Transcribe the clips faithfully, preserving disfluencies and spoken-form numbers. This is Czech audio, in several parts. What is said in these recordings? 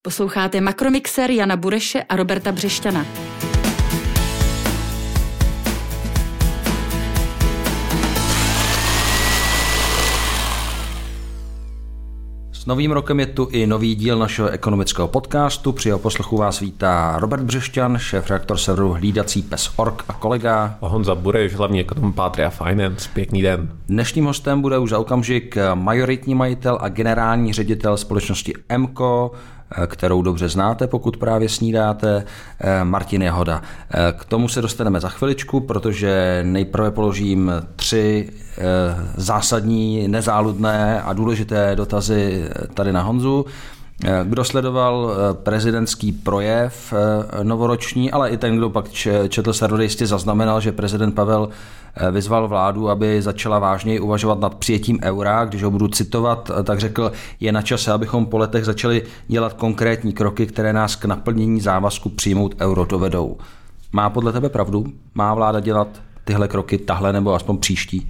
Posloucháte Makromixer Jana Bureše a Roberta Břešťana. S novým rokem je tu i nový díl našeho ekonomického podcastu. Při jeho poslechu vás vítá Robert Břešťan, šéf-redaktor serveru Hlídací pes tečka org a kolega a Honza Bureš, hlavní ekonom Patria Finance. Pěkný den. Dnešním hostem bude už za okamžik majoritní majitel a generální ředitel společnosti M C O, kterou dobře znáte, pokud právě snídáte, Martin Jahoda. K tomu se dostaneme za chviličku, protože nejprve položím tři zásadní, nezáludné a důležité dotazy tady na Honzu. Kdo sledoval prezidentský projev novoroční, ale i ten, kdo pak četl server, jistě zaznamenal, že prezident Pavel vyzval vládu, aby začala vážněji uvažovat nad přijetím eura. Když ho budu citovat, tak řekl, je na čase, abychom po letech začali dělat konkrétní kroky, které nás k naplnění závazku přijmout euro dovedou. Má podle tebe pravdu? Má vláda dělat tyhle kroky, tahle nebo aspoň příští?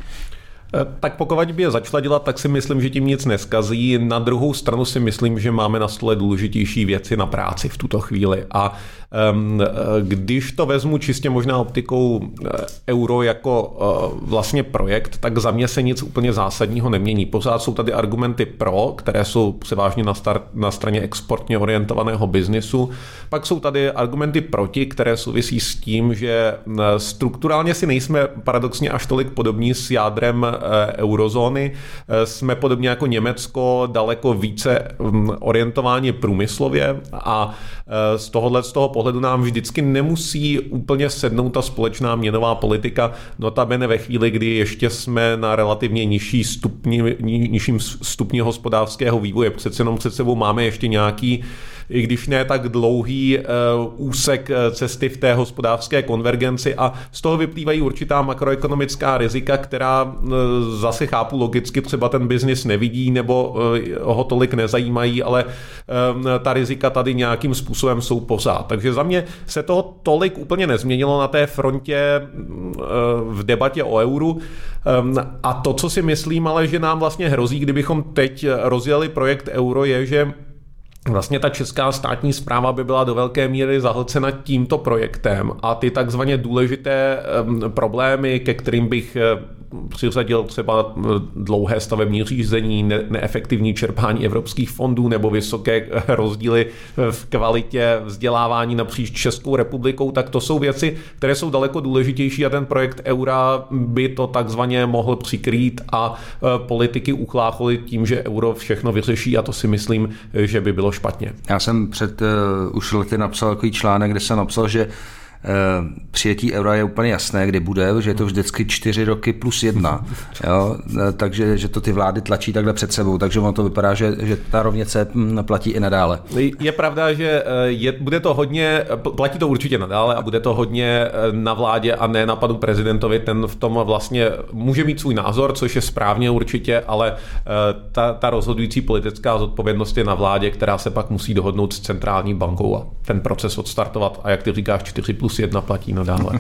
Tak pokud by je začala dělat, tak si myslím, že tím nic neskazí. Na druhou stranu si myslím, že máme na stole důležitější věci na práci v tuto chvíli. A um, když to vezmu čistě možná optikou euro jako uh, vlastně projekt, tak za mě se nic úplně zásadního nemění. Pořád jsou tady argumenty pro, které jsou převážně na, star- na straně exportně orientovaného biznisu. Pak jsou tady argumenty proti, které souvisí s tím, že strukturálně si nejsme paradoxně až tolik podobní s jádrem eurozóny. Jsme podobně jako Německo daleko více orientováni průmyslově a z tohohle z toho pohledu nám vždycky nemusí úplně sednout ta společná měnová politika, notabene ve chvíli, kdy ještě jsme na relativně nižší stupni, nižším stupni hospodářského vývoje. Přece jenom před sebou máme ještě nějaký, i když ne tak dlouhý uh, úsek cesty v té hospodářské konvergenci a z toho vyplývají určitá makroekonomická rizika, která uh, zase chápu logicky, třeba ten biznis nevidí nebo uh, ho tolik nezajímají, ale uh, ta rizika tady nějakým způsobem jsou pořád. Takže za mě se toho tolik úplně nezměnilo na té frontě uh, v debatě o euru. Um, a to, co si myslím, ale že nám vlastně hrozí, kdybychom teď rozjeli projekt euro, je, že vlastně ta česká státní správa by byla do velké míry zahlcena tímto projektem a ty takzvaně důležité problémy, ke kterým bych přiřadil třeba dlouhé stavební řízení, ne- neefektivní čerpání evropských fondů nebo vysoké rozdíly v kvalitě vzdělávání napříč Českou republikou, tak to jsou věci, které jsou daleko důležitější a ten projekt eura by to takzvaně mohl přikrýt a politiky uchlácholit tím, že euro všechno vyřeší a to si myslím, že by bylo špatně. Já jsem před uh, už lety napsal takový článek, kde jsem napsal, že Uh, přijetí eura je úplně jasné, kdy bude, že je to vždycky čtyři roky plus jedna. Jo? Takže že to ty vlády tlačí takhle před sebou, takže ono to vypadá, že, že ta rovnice platí i nadále. Je pravda, že je, bude to hodně, platí to určitě nadále a bude to hodně na vládě a ne na panu prezidentovi, ten v tom vlastně může mít svůj názor, což je správně určitě, ale ta, ta rozhodující politická zodpovědnost je na vládě, která se pak musí dohodnout s centrální bankou a ten proces odstartovat a jak ty říkáš čtyři plus jedna platí nadále.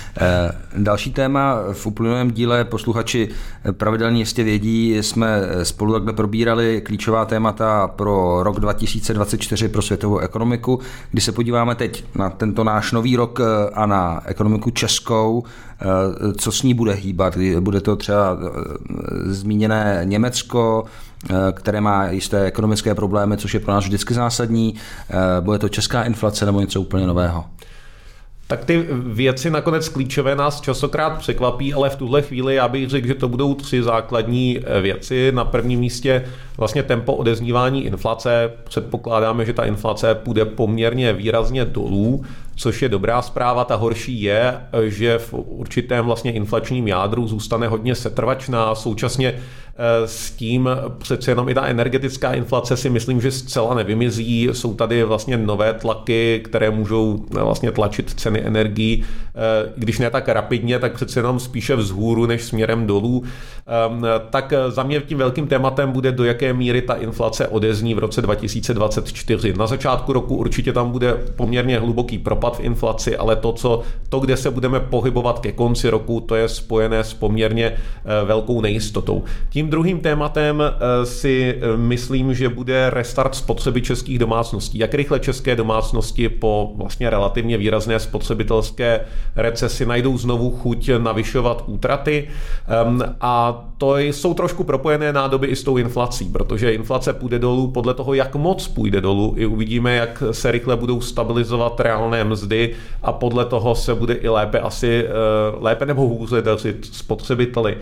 Další téma v uplynulém díle posluchači pravidelně jistě vědí, jsme spolu takhle probírali klíčová témata pro rok dva tisíce dvacet čtyři pro světovou ekonomiku. Když se podíváme teď na tento náš nový rok a na ekonomiku českou, co s ní bude hýbat? Bude to třeba zmíněné Německo, které má jisté ekonomické problémy, což je pro nás vždycky zásadní. Bude to česká inflace nebo něco úplně nového? Tak ty věci nakonec klíčové nás častokrát překvapí, ale v tuhle chvíli já bych řekl, že to budou tři základní věci. Na prvním místě vlastně tempo odeznívání inflace. Předpokládáme, že ta inflace půjde poměrně výrazně dolů, což je dobrá zpráva. Ta horší je, že v určitém vlastně inflačním jádru zůstane hodně setrvačná. Současně s tím přece jenom i ta energetická inflace si myslím, že zcela nevymizí. Jsou tady vlastně nové tlaky, které můžou vlastně tlačit ceny energií, když ne tak rapidně, tak přece jenom spíše vzhůru než směrem dolů. Tak za mě tím velkým tématem bude, do jaké míry ta inflace odezní v roce dva tisíce dvacet čtyři. Na začátku roku určitě tam bude poměrně hluboký propad dopad v inflaci, ale to, co, to, kde se budeme pohybovat ke konci roku, to je spojené s poměrně velkou nejistotou. Tím druhým tématem si myslím, že bude restart spotřeby českých domácností. Jak rychle české domácnosti po vlastně relativně výrazné spotřebitelské recesi najdou znovu chuť navyšovat útraty. A to jsou trošku propojené nádoby i s tou inflací, protože inflace půjde dolů podle toho, jak moc půjde dolů. I uvidíme, jak se rychle budou stabilizovat reálné mzdy a podle toho se bude i lépe asi lépe nebo hůře dařit spotřebiteli.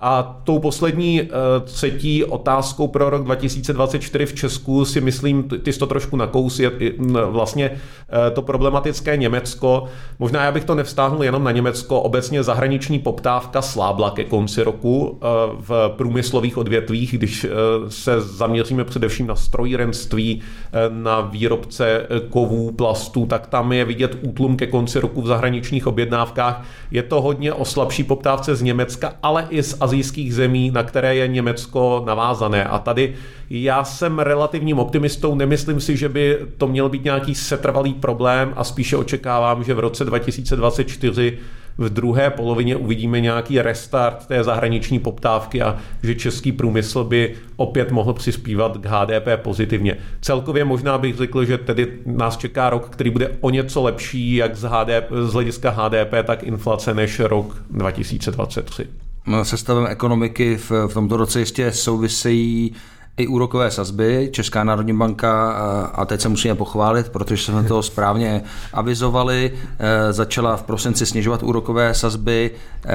A tou poslední třetí otázkou pro rok dva tisíce dvacet čtyři v Česku si myslím, ty jsi to trošku nakous, je vlastně to problematické Německo. Možná já bych to nevztáhnul jenom na Německo, obecně zahraniční poptávka slábla ke konci roku v průmyslových odvětvích, když se zaměříme především na strojírenství, na výrobce kovů, plastů, tak tam je vidět útlum ke konci roku v zahraničních objednávkách. Je to hodně o slabší poptávce z Německa, ale i z asijských zemí, na které je Německo navázané. A tady já jsem relativním optimistou, nemyslím si, že by to měl být nějaký setrvalý problém a spíše očekávám, že v roce dva tisíce dvacet čtyři v druhé polovině uvidíme nějaký restart té zahraniční poptávky a že český průmysl by opět mohl přispívat k H D P pozitivně. Celkově možná bych řekl, že tedy nás čeká rok, který bude o něco lepší jak z, H D P, z hlediska H D P, tak inflace než rok dva tisíce dvacet tři. Se stavem ekonomiky v, v tomto roce jistě souvisejí i úrokové sazby. Česká národní banka, a teď se musíme pochválit, protože jsme to správně avizovali, začala v prosinci snižovat úrokové sazby.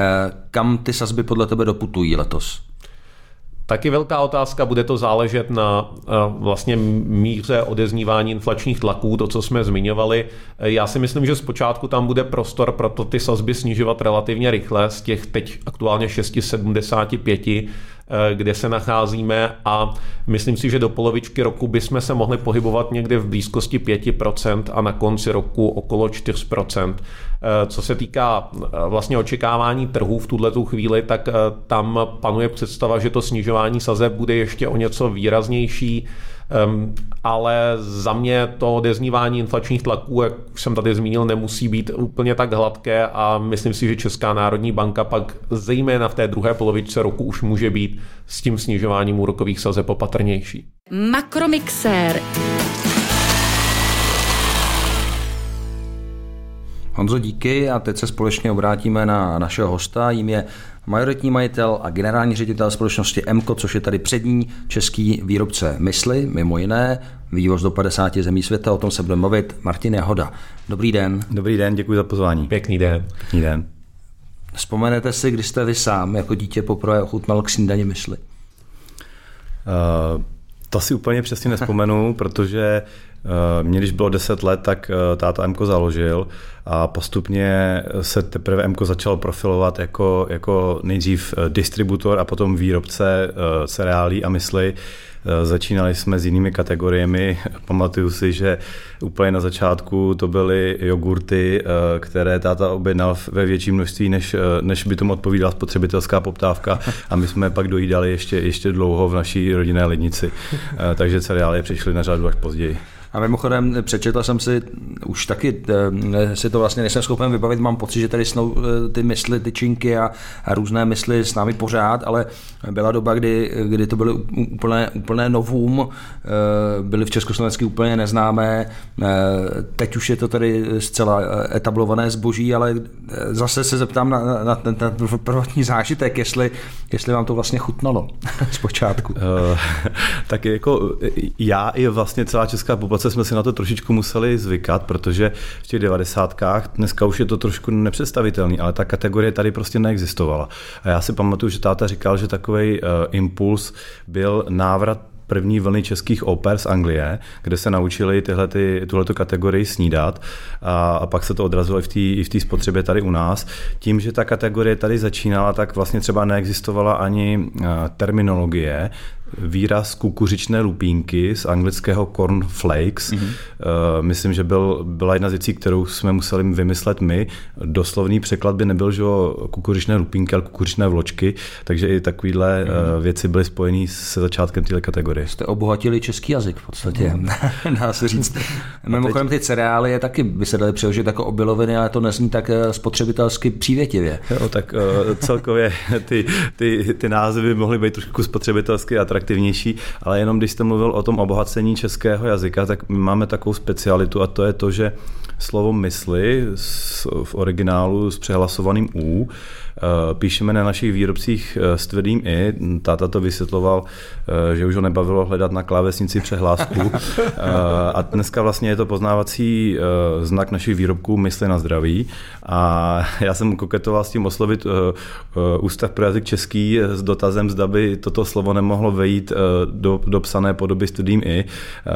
Kam ty sazby podle tebe doputují letos? Taky velká otázka, bude to záležet na vlastně míře odeznívání inflačních tlaků, to, co jsme zmiňovali. Já si myslím, že zpočátku tam bude prostor pro to ty sazby snižovat relativně rychle z těch teď aktuálně šest set sedmdesát pět, kde se nacházíme, a myslím si, že do polovičky roku bychom se mohli pohybovat někde v blízkosti pět procent a na konci roku okolo čtyři procenta. Co se týká vlastně očekávání trhů v tuhletu chvíli, tak tam panuje představa, že to snižování sazeb bude ještě o něco výraznější, ale za mě to odeznívání inflačních tlaků, jak už jsem tady zmínil, nemusí být úplně tak hladké a myslím si, že Česká národní banka pak zejména v té druhé polovičce roku už může být s tím snižováním úrokových sazeb opatrnější. Makromixér. Honzo, díky, a teď se společně obrátíme na našeho hosta. Jím je majoritní majitel a generální ředitel společnosti Emco, což je tady přední český výrobce mysli, mimo jiné, vývoz do padesáti zemí světa, o tom se budeme mluvit. Martin Jahoda. Dobrý den. Dobrý den, děkuji za pozvání. Pěkný den. Pěkný den. Vzpomenete si, kdy jste vy sám jako dítě poprvé ochutnal k snídani mysli? Uh, to si úplně přesně nespomenu, protože uh, mě, když bylo deset let, tak uh, táta Emco založil a postupně se teprve Emco začal profilovat jako, jako nejdřív distributor a potom výrobce uh, cereálí a mysli. Začínali jsme s jinými kategoriemi. Pamatuju si, že úplně na začátku to byly jogurty, které táta objednal ve větší množství, než, než by tomu odpovídala spotřebitelská poptávka, a my jsme pak dojídali ještě, ještě dlouho v naší rodinné lednici. Takže cereálie přišly na řadu až později. A mimochodem přečetl jsem si, už taky si to vlastně nejsem schopen vybavit, mám pocit, že tady snou ty mysli, tyčinky a, a různé mysli s námi pořád, ale byla doba, kdy, kdy to byly úplné, úplné novum, byly v Československu úplně neznámé, teď už je to tady zcela etablované zboží, ale zase se zeptám na, na ten, ten prvotní zážitek, jestli, jestli vám to vlastně chutnalo zpočátku. Uh, tak jako já i vlastně celá česká populace jsme si na to trošičku museli zvykat, protože v těch devadesátkách dneska už je to trošku nepředstavitelný, ale ta kategorie tady prostě neexistovala. A já si pamatuju, že táta říkal, že takovej uh, impuls byl návrat první vlny českých oper z Anglie, kde se naučili tyhle, ty, tuhleto kategorii snídat, a, a pak se to odrazilo i v té spotřebě tady u nás. Tím, že ta kategorie tady začínala, tak vlastně třeba neexistovala ani uh, terminologie, výraz kukuřičné lupínky z anglického corn flakes. Mm-hmm. Myslím, že byl, byla jedna z věcí, kterou jsme museli vymyslet my. Doslovný překlad by nebyl, že kukuřičné lupínky, ale kukuřičné vločky, takže i takovýhle mm-hmm. věci byly spojené se začátkem téhle kategorie. Jste obohatili český jazyk v podstatě, dá se říct. Mimochodem ty cereály je taky, by se daly přeložit jako obiloviny, ale to nezní tak spotřebitelsky přívětivě. Jo, tak uh, celkově ty, ty, ty názvy by mohly být trošku spotřebitelsky atraktivnější, ale jenom když jste mluvil o tom obohacení českého jazyka, tak máme takovou specialitu a to je to, že slovo mysli v originálu s přehlasovaným U píšeme na našich výrobcích s tvrdým I. Táta to vysvětloval, že už ho nebavilo hledat na klávesnici přehlásku. A dneska vlastně je to poznávací znak našich výrobků mysli na zdraví. A já jsem koketoval s tím oslovit Ústav pro jazyk český s dotazem, zda by toto slovo nemohlo vejít do, do psané podoby s tvrdým I.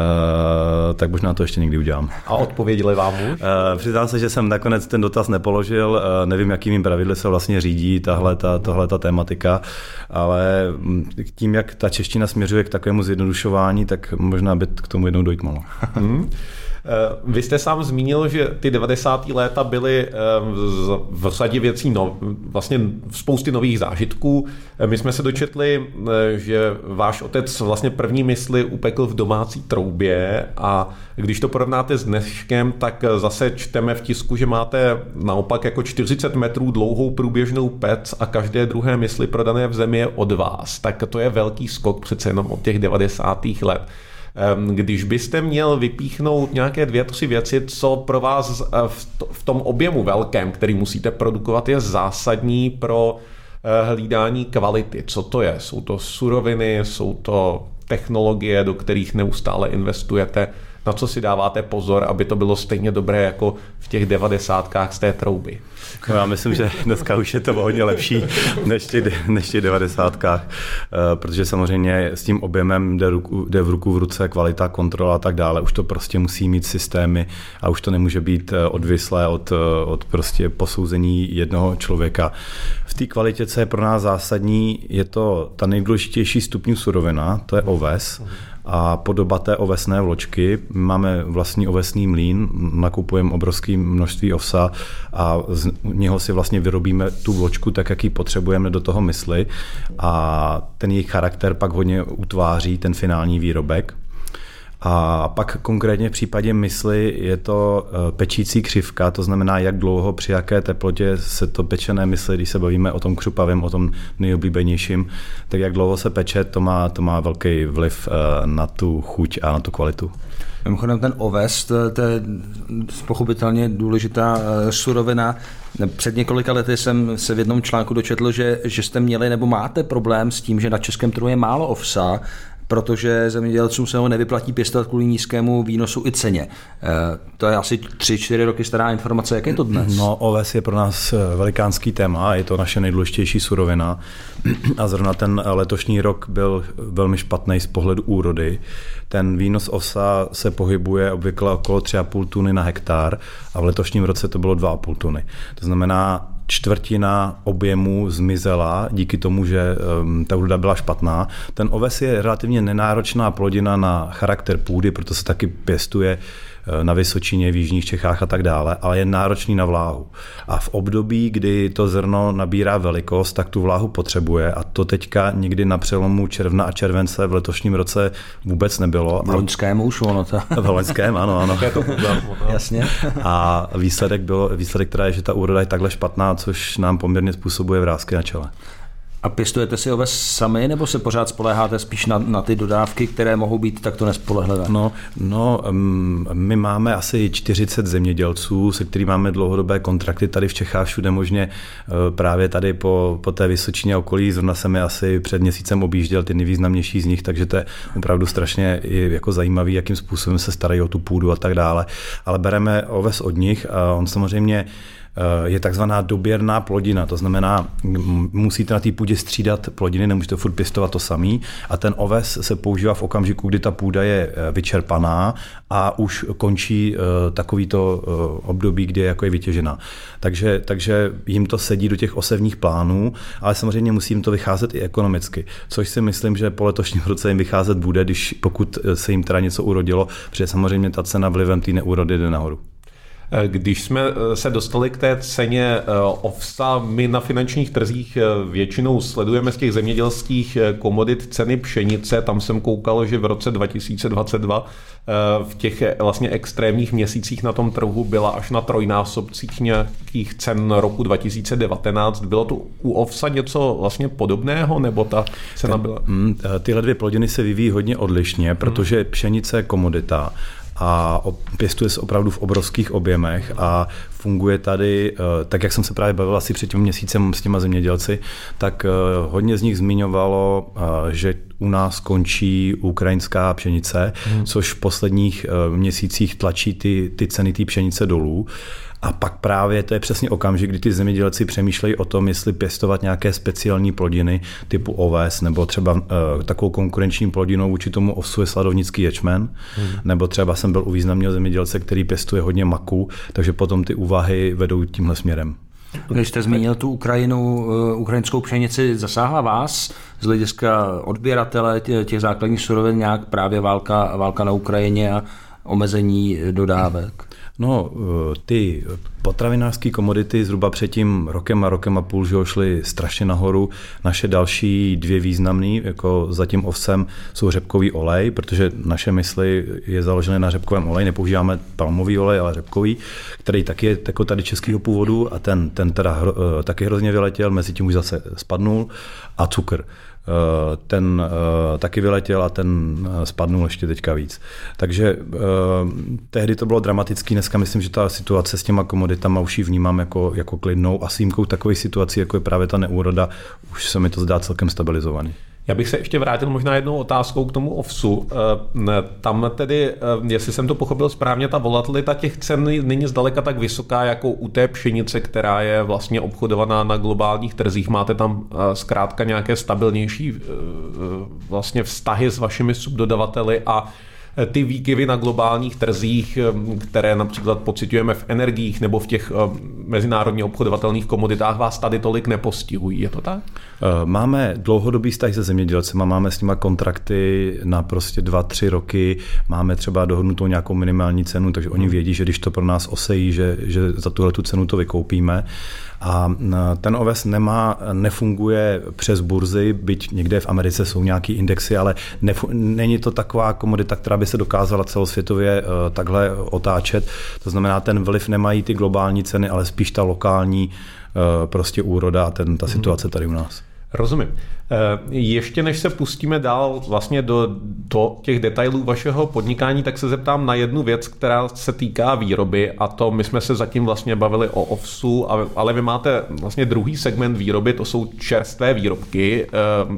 Tak možná to ještě někdy udělám. A odpověděli vám už? Přiznám se, že jsem nakonec ten dotaz nepoložil. Nevím, jakými pravidly se vlastně řídí tahle ta, tohle ta tématika, ale tím, jak ta čeština směřuje k takovému zjednodušování, tak možná by k tomu jednou dojít mohlo. Hmm. Vy jste sám zmínil, že ty devadesátá léta byly v řadě věcí, no, vlastně spousty nových zážitků. My jsme se dočetli, že váš otec vlastně první mysli upekl v domácí troubě a když to porovnáte s dneškem, tak zase čteme v tisku, že máte naopak jako čtyřicet metrů dlouhou průběžnou pec a každé druhé mysli prodané v zemi je od vás. Tak to je velký skok přece jenom od těch devadesátých let. Když byste měl vypíchnout nějaké dvě, tři věci, co pro vás v tom objemu velkém, který musíte produkovat, je zásadní pro hlídání kvality. Co to je? Jsou to suroviny, jsou to technologie, do kterých neustále investujete? Na co si dáváte pozor, aby to bylo stejně dobré jako v těch devadesátkách z té trouby? No, já myslím, že dneska už je to hodně lepší než v těch, než těch devadesátkách, protože samozřejmě s tím objemem jde, ruku, jde v ruku v ruce kvalita, kontrola a tak dále. Už to prostě musí mít systémy a už to nemůže být odvislé od, od prostě posouzení jednoho člověka. V té kvalitě, co je pro nás zásadní, je to ta nejdůležitější stupňů surovina, to je oves. A podoba té ovesné vločky. Máme vlastní ovesný mlýn, nakupujeme obrovské množství ovsa a z něho si vlastně vyrobíme tu vločku tak, jak ji potřebujeme do toho mysli a ten jejich charakter pak hodně utváří ten finální výrobek. A pak konkrétně v případě mysli je to pečící křivka, to znamená, jak dlouho, při jaké teplotě se to pečené mysli, když se bavíme o tom křupavém, o tom nejoblíbenějším, tak jak dlouho se peče, to má, to má velký vliv na tu chuť a na tu kvalitu. Mimochodem ten oves, to, to je pochopitelně důležitá surovina. Před několika lety jsem se v jednom článku dočetl, že, že jste měli nebo máte problém s tím, že na českém trhu je málo ovsa, protože zemědělcům se ho nevyplatí pěstovat kvůli nízkému výnosu i ceně. To je asi tři čtyři roky stará informace. Jak je to dnes? No, oves je pro nás velikánský téma, je to naše nejdůležitější surovina a zrovna ten letošní rok byl velmi špatný z pohledu úrody. Ten výnos osa se pohybuje obvykle okolo tři a půl tuny na hektar a v letošním roce to bylo dva a půl tuny. To znamená, čtvrtina objemu zmizela díky tomu, že um, ta úroda byla špatná. Ten oves je relativně nenáročná plodina na charakter půdy, proto se taky pěstuje na Vysočině, v jižních Čechách a tak dále, ale je náročný na vláhu. A v období, kdy to zrno nabírá velikost, tak tu vláhu potřebuje a to teďka někdy na přelomu června a července v letošním roce vůbec nebylo. V loňském už ono to. V loňském, ano, ano. Jasně. A výsledek, bylo, výsledek teda je, že ta úroda je takhle špatná, což nám poměrně způsobuje vrásky na čele. A pěstujete si oves sami, nebo se pořád spoléháte spíš na, na ty dodávky, které mohou být takto nespolehlivé? No, no, my máme asi čtyřicet zemědělců, se kterými máme dlouhodobé kontrakty tady v Čechách, všude možně právě tady po, po té Vysočině okolí. Zrovna jsem je asi před měsícem objížděl ty nejvýznamnější z nich, takže to je opravdu strašně jako zajímavý, jakým způsobem se starají o tu půdu a tak dále. Ale bereme oves od nich a on samozřejmě je takzvaná doběrná plodina, to znamená, musíte na té půdě střídat plodiny, nemůžete furt pěstovat to samý a ten oves se používá v okamžiku, kdy ta půda je vyčerpaná a už končí takovýto období, kdy je jako je vytěžená. Takže, takže jim to sedí do těch osevních plánů, ale samozřejmě musí jim to vycházet i ekonomicky, což si myslím, že po letošním roce jim vycházet bude, když pokud se jim teda něco urodilo, protože samozřejmě ta cena vlivem té neúrody jde nahoru. Když jsme se dostali k té ceně ovsa, my na finančních trzích většinou sledujeme z těch zemědělských komodit ceny pšenice. Tam jsem koukal, že v roce dva tisíce dvacet dva v těch vlastně extrémních měsících na tom trhu byla až na trojnásobcích nějakých cen roku dva tisíce devatenáct. Bylo to u ovsa něco vlastně podobného, nebo ta cena byla? Tyhle dvě plodiny se vyvíjí hodně odlišně, protože pšenice je komodita a pěstuje se opravdu v obrovských objemech a funguje tady, tak jak jsem se právě bavil asi před tím měsícem s těma zemědělci, tak hodně z nich zmiňovalo, že u nás končí ukrajinská pšenice, hmm. což v posledních měsících tlačí ty, ty ceny té pšenice dolů. A pak právě to je přesně okamžik, kdy ty zemědělci přemýšlejí o tom, jestli pěstovat nějaké speciální plodiny typu oves, nebo třeba uh, takovou konkurenční plodinou vůči tomu ovsu je sladovnický ječmen, hmm. nebo třeba jsem byl u významného zemědělce, který pěstuje hodně maku, takže potom ty úvahy vedou tímhle směrem. Když jste zmínil tu Ukrajinu, uh, ukrajinskou pšenici, zasáhla vás z hlediska odběratele těch základních surovin nějak právě válka, válka na Ukrajině a omezení dodávek? No, ty potravinářské komodity zhruba před tím rokem a rokem a půl, že šly strašně nahoru. Naše další dvě významné, jako za tím ovsem, jsou řepkový olej, protože naše mysli je založené na řepkovém oleji, nepoužíváme palmový olej, ale řepkový, který taky je jako tady českého původu a ten, ten teda hro, taky hrozně vyletěl, mezi tím už zase spadnul, a cukr. Ten uh, taky vyletěl a ten uh, spadnul ještě teďka víc. Takže uh, tehdy to bylo dramatický, dneska myslím, že ta situace s těma komoditama už ji vnímám jako, jako klidnou a s výjimkou takových situací, jako je právě ta neúroda, už se mi to zdá celkem stabilizovaný. Já bych se ještě vrátil možná jednou otázkou k tomu ovsu. Tam tedy, jestli jsem to pochopil správně, ta volatilita těch cen není zdaleka tak vysoká jako u té pšenice, která je vlastně obchodovaná na globálních trzích. Máte tam zkrátka nějaké stabilnější vlastně vztahy s vašimi subdodavateli a ty výkyvy na globálních trzích, které například pociťujeme v energiích nebo v těch mezinárodně obchodovatelných komoditách, vás tady tolik nepostihují. Je to tak? Máme dlouhodobý vztah se zemědělcema, máme s nimi kontrakty na prostě dva, tři roky, máme třeba dohodnutou nějakou minimální cenu, takže oni vědí, že když to pro nás osejí, že, že za tuhle tu cenu to vykoupíme. A ten oves nemá, nefunguje přes burzy, byť někde v Americe jsou nějaký indexy, ale nefu, není to taková komodita, která by se dokázala celosvětově uh, takhle otáčet. To znamená, ten vliv nemají ty globální ceny, ale spíš ta lokální uh, prostě úroda a ten, ta situace tady u nás. Rozumím. Ještě než se pustíme dál vlastně do, do těch detailů vašeho podnikání, tak se zeptám na jednu věc, která se týká výroby, a to my jsme se zatím vlastně bavili o ovsu, ale vy máte vlastně druhý segment výroby, to jsou čerstvé výrobky,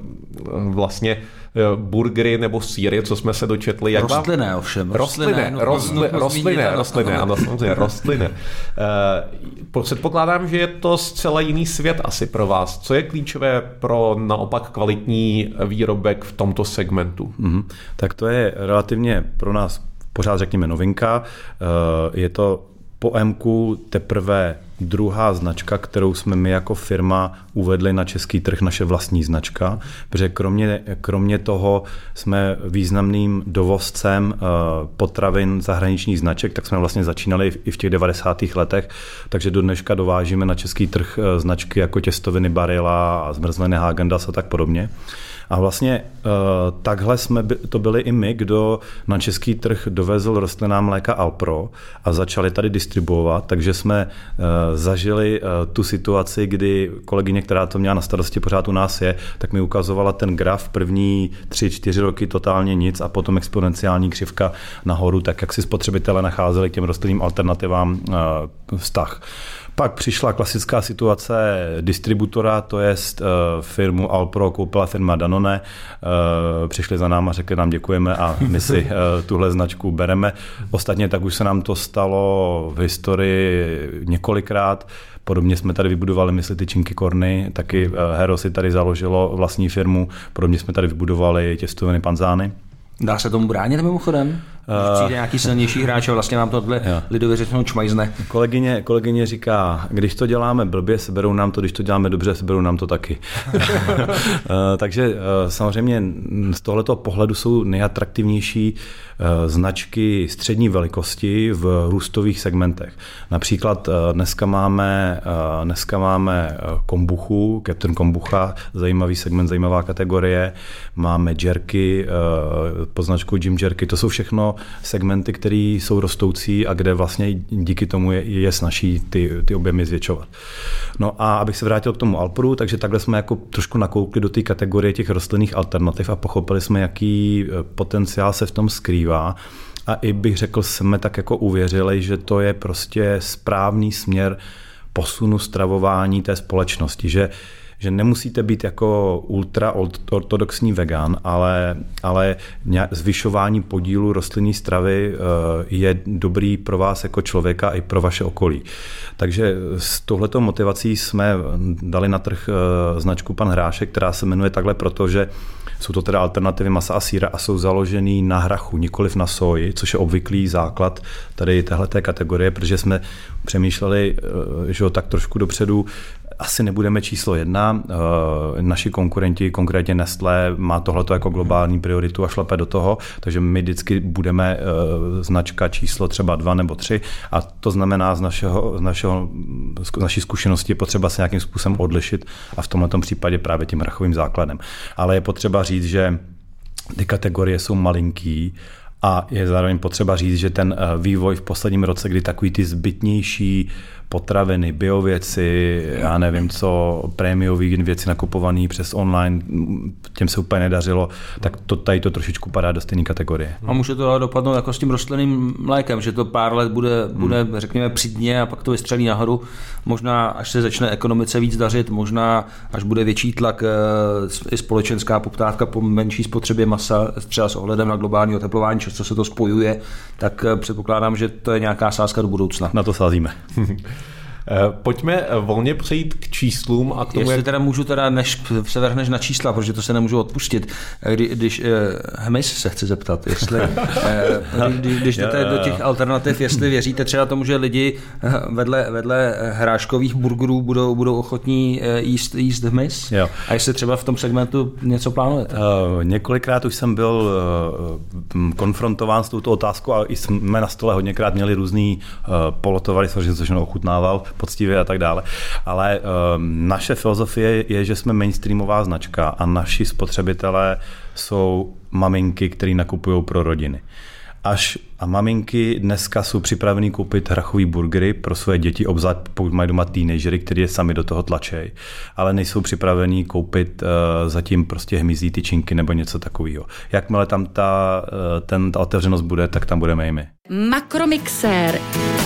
vlastně burgery nebo sýry, co jsme se dočetli. Jak rostlinné vám... ovšem. Rostlinné, rostlinné, rostlinné, rostlinné, ano, samozřejmě, rostlinné. Předpokládám, že je to zcela jiný svět asi pro vás. Co je klíčové pro naopak kvalitní výrobek v tomto segmentu? Mm-hmm. Tak to je relativně pro nás pořád řekněme novinka. Je to po Emku teprve druhá značka, kterou jsme my jako firma uvedli na český trh, naše vlastní značka, protože kromě, kromě toho jsme významným dovozcem potravin zahraničních značek, tak jsme vlastně začínali i v těch devadesátých letech, takže do dneška dovážíme na český trh značky jako těstoviny Barilla a zmrzlené Häagen-Dazs a tak podobně. A vlastně uh, takhle jsme by, to byli i my, kdo na český trh dovezl rostlinná mléka Alpro a začali tady distribuovat, takže jsme uh, zažili uh, tu situaci, kdy kolegyně, která to měla na starosti, pořád u nás je, tak mi ukazovala ten graf první tři, čtyři roky totálně nic a potom exponenciální křivka nahoru, tak jak si spotřebitelé nacházeli k těm rostlinným alternativám uh, vztah. Pak přišla klasická situace distributora, to je firmu Alpro koupila firma Danone, přišli za náma, řekli nám děkujeme a my si tuhle značku bereme. Ostatně tak už se nám to stalo v historii několikrát. Podobně jsme tady vybudovali mysli tyčinky Korny, taky Hero si tady založilo vlastní firmu, podobně jsme tady vybudovali těstoviny Panzány. Dá se tomu bránit mimochodem? Když přijde nějaký silnější hráč a vlastně nám tohle lidově řečeno čmajzne. Kolegyně, kolegyně říká, když to děláme blbě, seberou nám to, když to děláme dobře, seberou nám to taky. Takže samozřejmě z tohoto pohledu jsou nejatraktivnější značky střední velikosti v růstových segmentech. Například dneska máme, dneska máme kombuchu, Captain Kombucha, zajímavý segment, zajímavá kategorie. Máme jerky, pod značkou Jim Jerky, to jsou všechno segmenty, které jsou rostoucí a kde vlastně díky tomu je, je snaží ty, ty objemy zvětšovat. No a abych se vrátil k tomu Alpru, takže takhle jsme jako trošku nakoukli do té kategorie těch rostlinných alternativ a pochopili jsme, jaký potenciál se v tom skrývá. A i bych řekl, jsme tak jako uvěřili, že to je prostě správný směr posunu stravování té společnosti, že že nemusíte být jako ultra ortodoxní vegan, ale, ale zvyšování podílu rostlinné stravy je dobrý pro vás jako člověka i pro vaše okolí. Takže s touhletou motivací jsme dali na trh značku Pan Hrášek, která se jmenuje takhle proto, že jsou to teda alternativy masa a sýra a jsou založený na hrachu, nikoliv na soji, což je obvyklý základ tady téhleté kategorie, protože jsme přemýšleli, že tak trošku dopředu, asi nebudeme číslo jedna. Naši konkurenti, konkrétně Nestlé, má tohleto jako globální prioritu a šlape do toho, takže my vždycky budeme značka číslo třeba dva nebo tři a to znamená z, našeho, z, našeho, z naší zkušenosti je potřeba se nějakým způsobem odlišit a v tomto případě právě tím rachovým základem. Ale je potřeba říct, že ty kategorie jsou malinký a je zároveň potřeba říct, že ten vývoj v posledním roce, kdy takový ty zbytnější potraviny, biověci, já nevím co, prémiový věci nakupované přes online, těm se úplně nedařilo, tak to tady to trošičku padá do stejné kategorie. A může to ale dopadnout jako s tím rostlinným mlékem, že to pár let bude, bude hmm. řekněme, při dně a pak to vystřelí nahoru. Možná, až se začne ekonomice víc dařit, možná, až bude větší tlak i společenská poptávka po menší spotřebě masa, třeba s ohledem na globální oteplování, co se to spojuje, tak předpokládám, že to je nějaká sázka do budoucna. Na to sázíme. Pojďme volně přejít k číslům a k tomu, Jestli jak... teda můžu teda, než se vrhneš na čísla, protože to se nemůžu odpustit. Kdy, když Hmyz se chce zeptat, jestli když, když jdete do těch alternativ, jestli věříte třeba tomu, že lidi vedle, vedle hráškových burgerů budou, budou ochotní jíst, jíst hmyz? Jo. A jestli třeba v tom segmentu něco plánujete? Uh, několikrát už jsem byl uh, konfrontován s touto otázkou a jsme na stole hodněkrát měli různý uh, polotovary, což jsem ochutnával poctivě a tak dále. Ale um, naše filozofie je, že jsme mainstreamová značka a naši spotřebitelé jsou maminky, které nakupují pro rodiny. Až a maminky dneska jsou připravený koupit hrachový burgery pro své děti, obzvlášť pokud mají doma teenagery, kteří je sami do toho tlačejí, ale nejsou připravený koupit uh, zatím prostě hmyzí tyčinky nebo něco takového. Jakmile tam ta, uh, ten, ta otevřenost bude, tak tam budeme i my. Makromixér.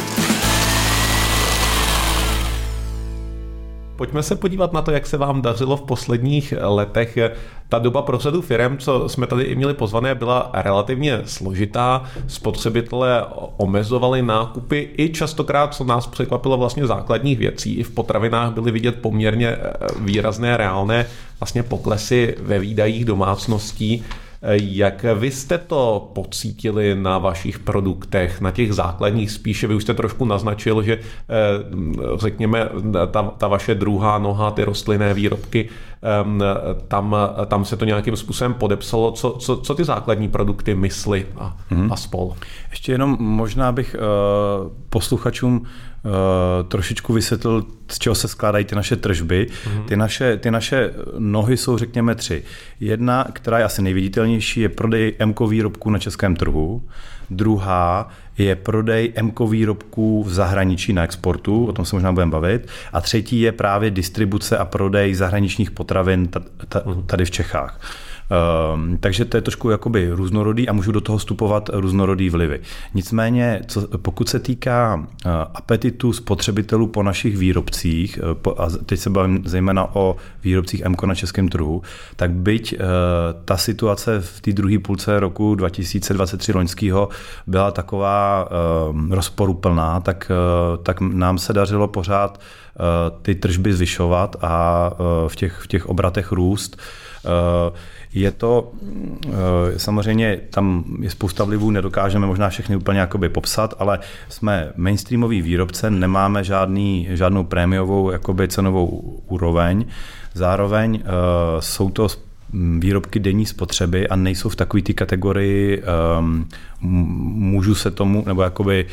Pojďme se podívat na to, jak se vám dařilo v posledních letech. Ta doba pro řadu firem, co jsme tady i měli pozvané, byla relativně složitá. Spotřebitelé omezovali nákupy i častokrát, co nás překvapilo, vlastně základních věcí. I v potravinách byly vidět poměrně výrazné reálné vlastně poklesy ve výdajích domácností. Jak vy jste to pocítili na vašich produktech, na těch základních spíše? Vy už jste trošku naznačil, že řekněme ta, ta vaše druhá noha, ty rostlinné výrobky, tam, tam se to nějakým způsobem podepsalo. Co, co, co ty základní produkty, mysli a, hmm. a spol? Ještě jenom možná bych uh, posluchačům uh, trošičku vysvětlil, z čeho se skládají ty naše tržby. Hmm. Ty naše, ty naše nohy jsou, řekněme, tři. Jedna, která je asi nejviditelnější, je prodej M K výrobků na českém trhu. Druhá je prodej M K výrobků v zahraničí na exportu, o tom se možná budeme bavit. A třetí je právě distribuce a prodej zahraničních potravin tady v Čechách. Um, takže to je trošku jakoby různorodý a můžu do toho vstupovat různorodý vlivy. Nicméně, co, pokud se týká uh, apetitu spotřebitelů po našich výrobcích, uh, po, a teď se bavím zejména o výrobcích M K O na českém trhu, tak byť uh, ta situace v té druhé půlce roku dva tisíce dvacet tři loňského byla taková uh, rozporuplná, tak, uh, tak nám se dařilo pořád uh, ty tržby zvyšovat a uh, v těch, v těch obratech růst. Uh, Je to, samozřejmě tam je spousta vlivů, nedokážeme možná všechny úplně jakoby popsat, ale jsme mainstreamový výrobce, nemáme žádný, žádnou prémiovou jakoby cenovou úroveň. Zároveň uh, jsou to výrobky denní spotřeby a nejsou v takové té kategorii um, můžu se tomu, nebo jakoby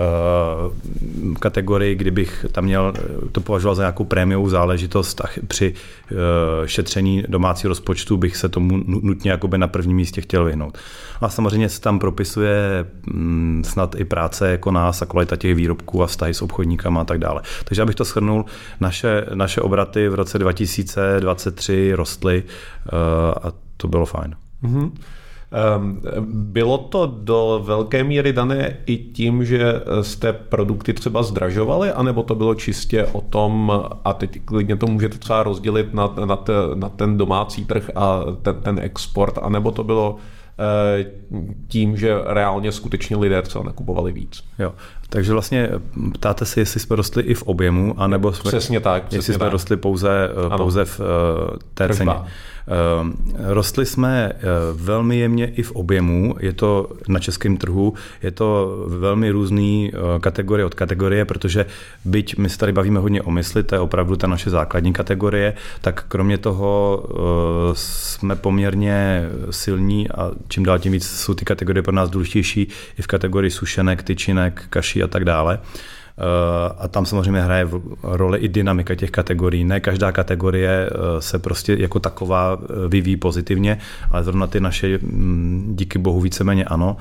uh, kategorii, kdybych tam měl to považoval za nějakou prémiovou záležitost a při uh, šetření domácího rozpočtu bych se tomu nutně jakoby na prvním místě chtěl vyhnout. A samozřejmě se tam propisuje um, snad i práce jako nás a kvalita těch výrobků a vztahy s obchodníkama a tak dále. Takže abych to shrnul, naše, naše obraty v roce dva tisíce dvacet tři rostly uh, a to bylo fajn. Mm-hmm. Bylo to do velké míry dané i tím, že jste produkty třeba zdražovali, anebo to bylo čistě o tom, a teď klidně to můžete třeba rozdělit na, na, te, na ten domácí trh a ten, ten export, anebo to bylo tím, že reálně skutečně lidé třeba nakupovali víc. Jo, takže vlastně ptáte se, jestli jsme rostli i v objemu, anebo jsme, přesně tak, přesně jestli jsme tak. rostli pouze, pouze v té ceně. Rostli jsme velmi jemně i v objemu, je to na českém trhu, je to velmi různý kategorie od kategorie, protože byť my se tady bavíme hodně o mysli, to je opravdu ta naše základní kategorie, tak kromě toho jsme poměrně silní a čím dál tím víc jsou ty kategorie pro nás důležitější i v kategorii sušenek, tyčinek, kaší a tak dále. A tam samozřejmě hraje roli i dynamika těch kategorií. Ne každá kategorie se prostě jako taková vyvíjí pozitivně, ale zrovna ty naše díky bohu víceméně ano.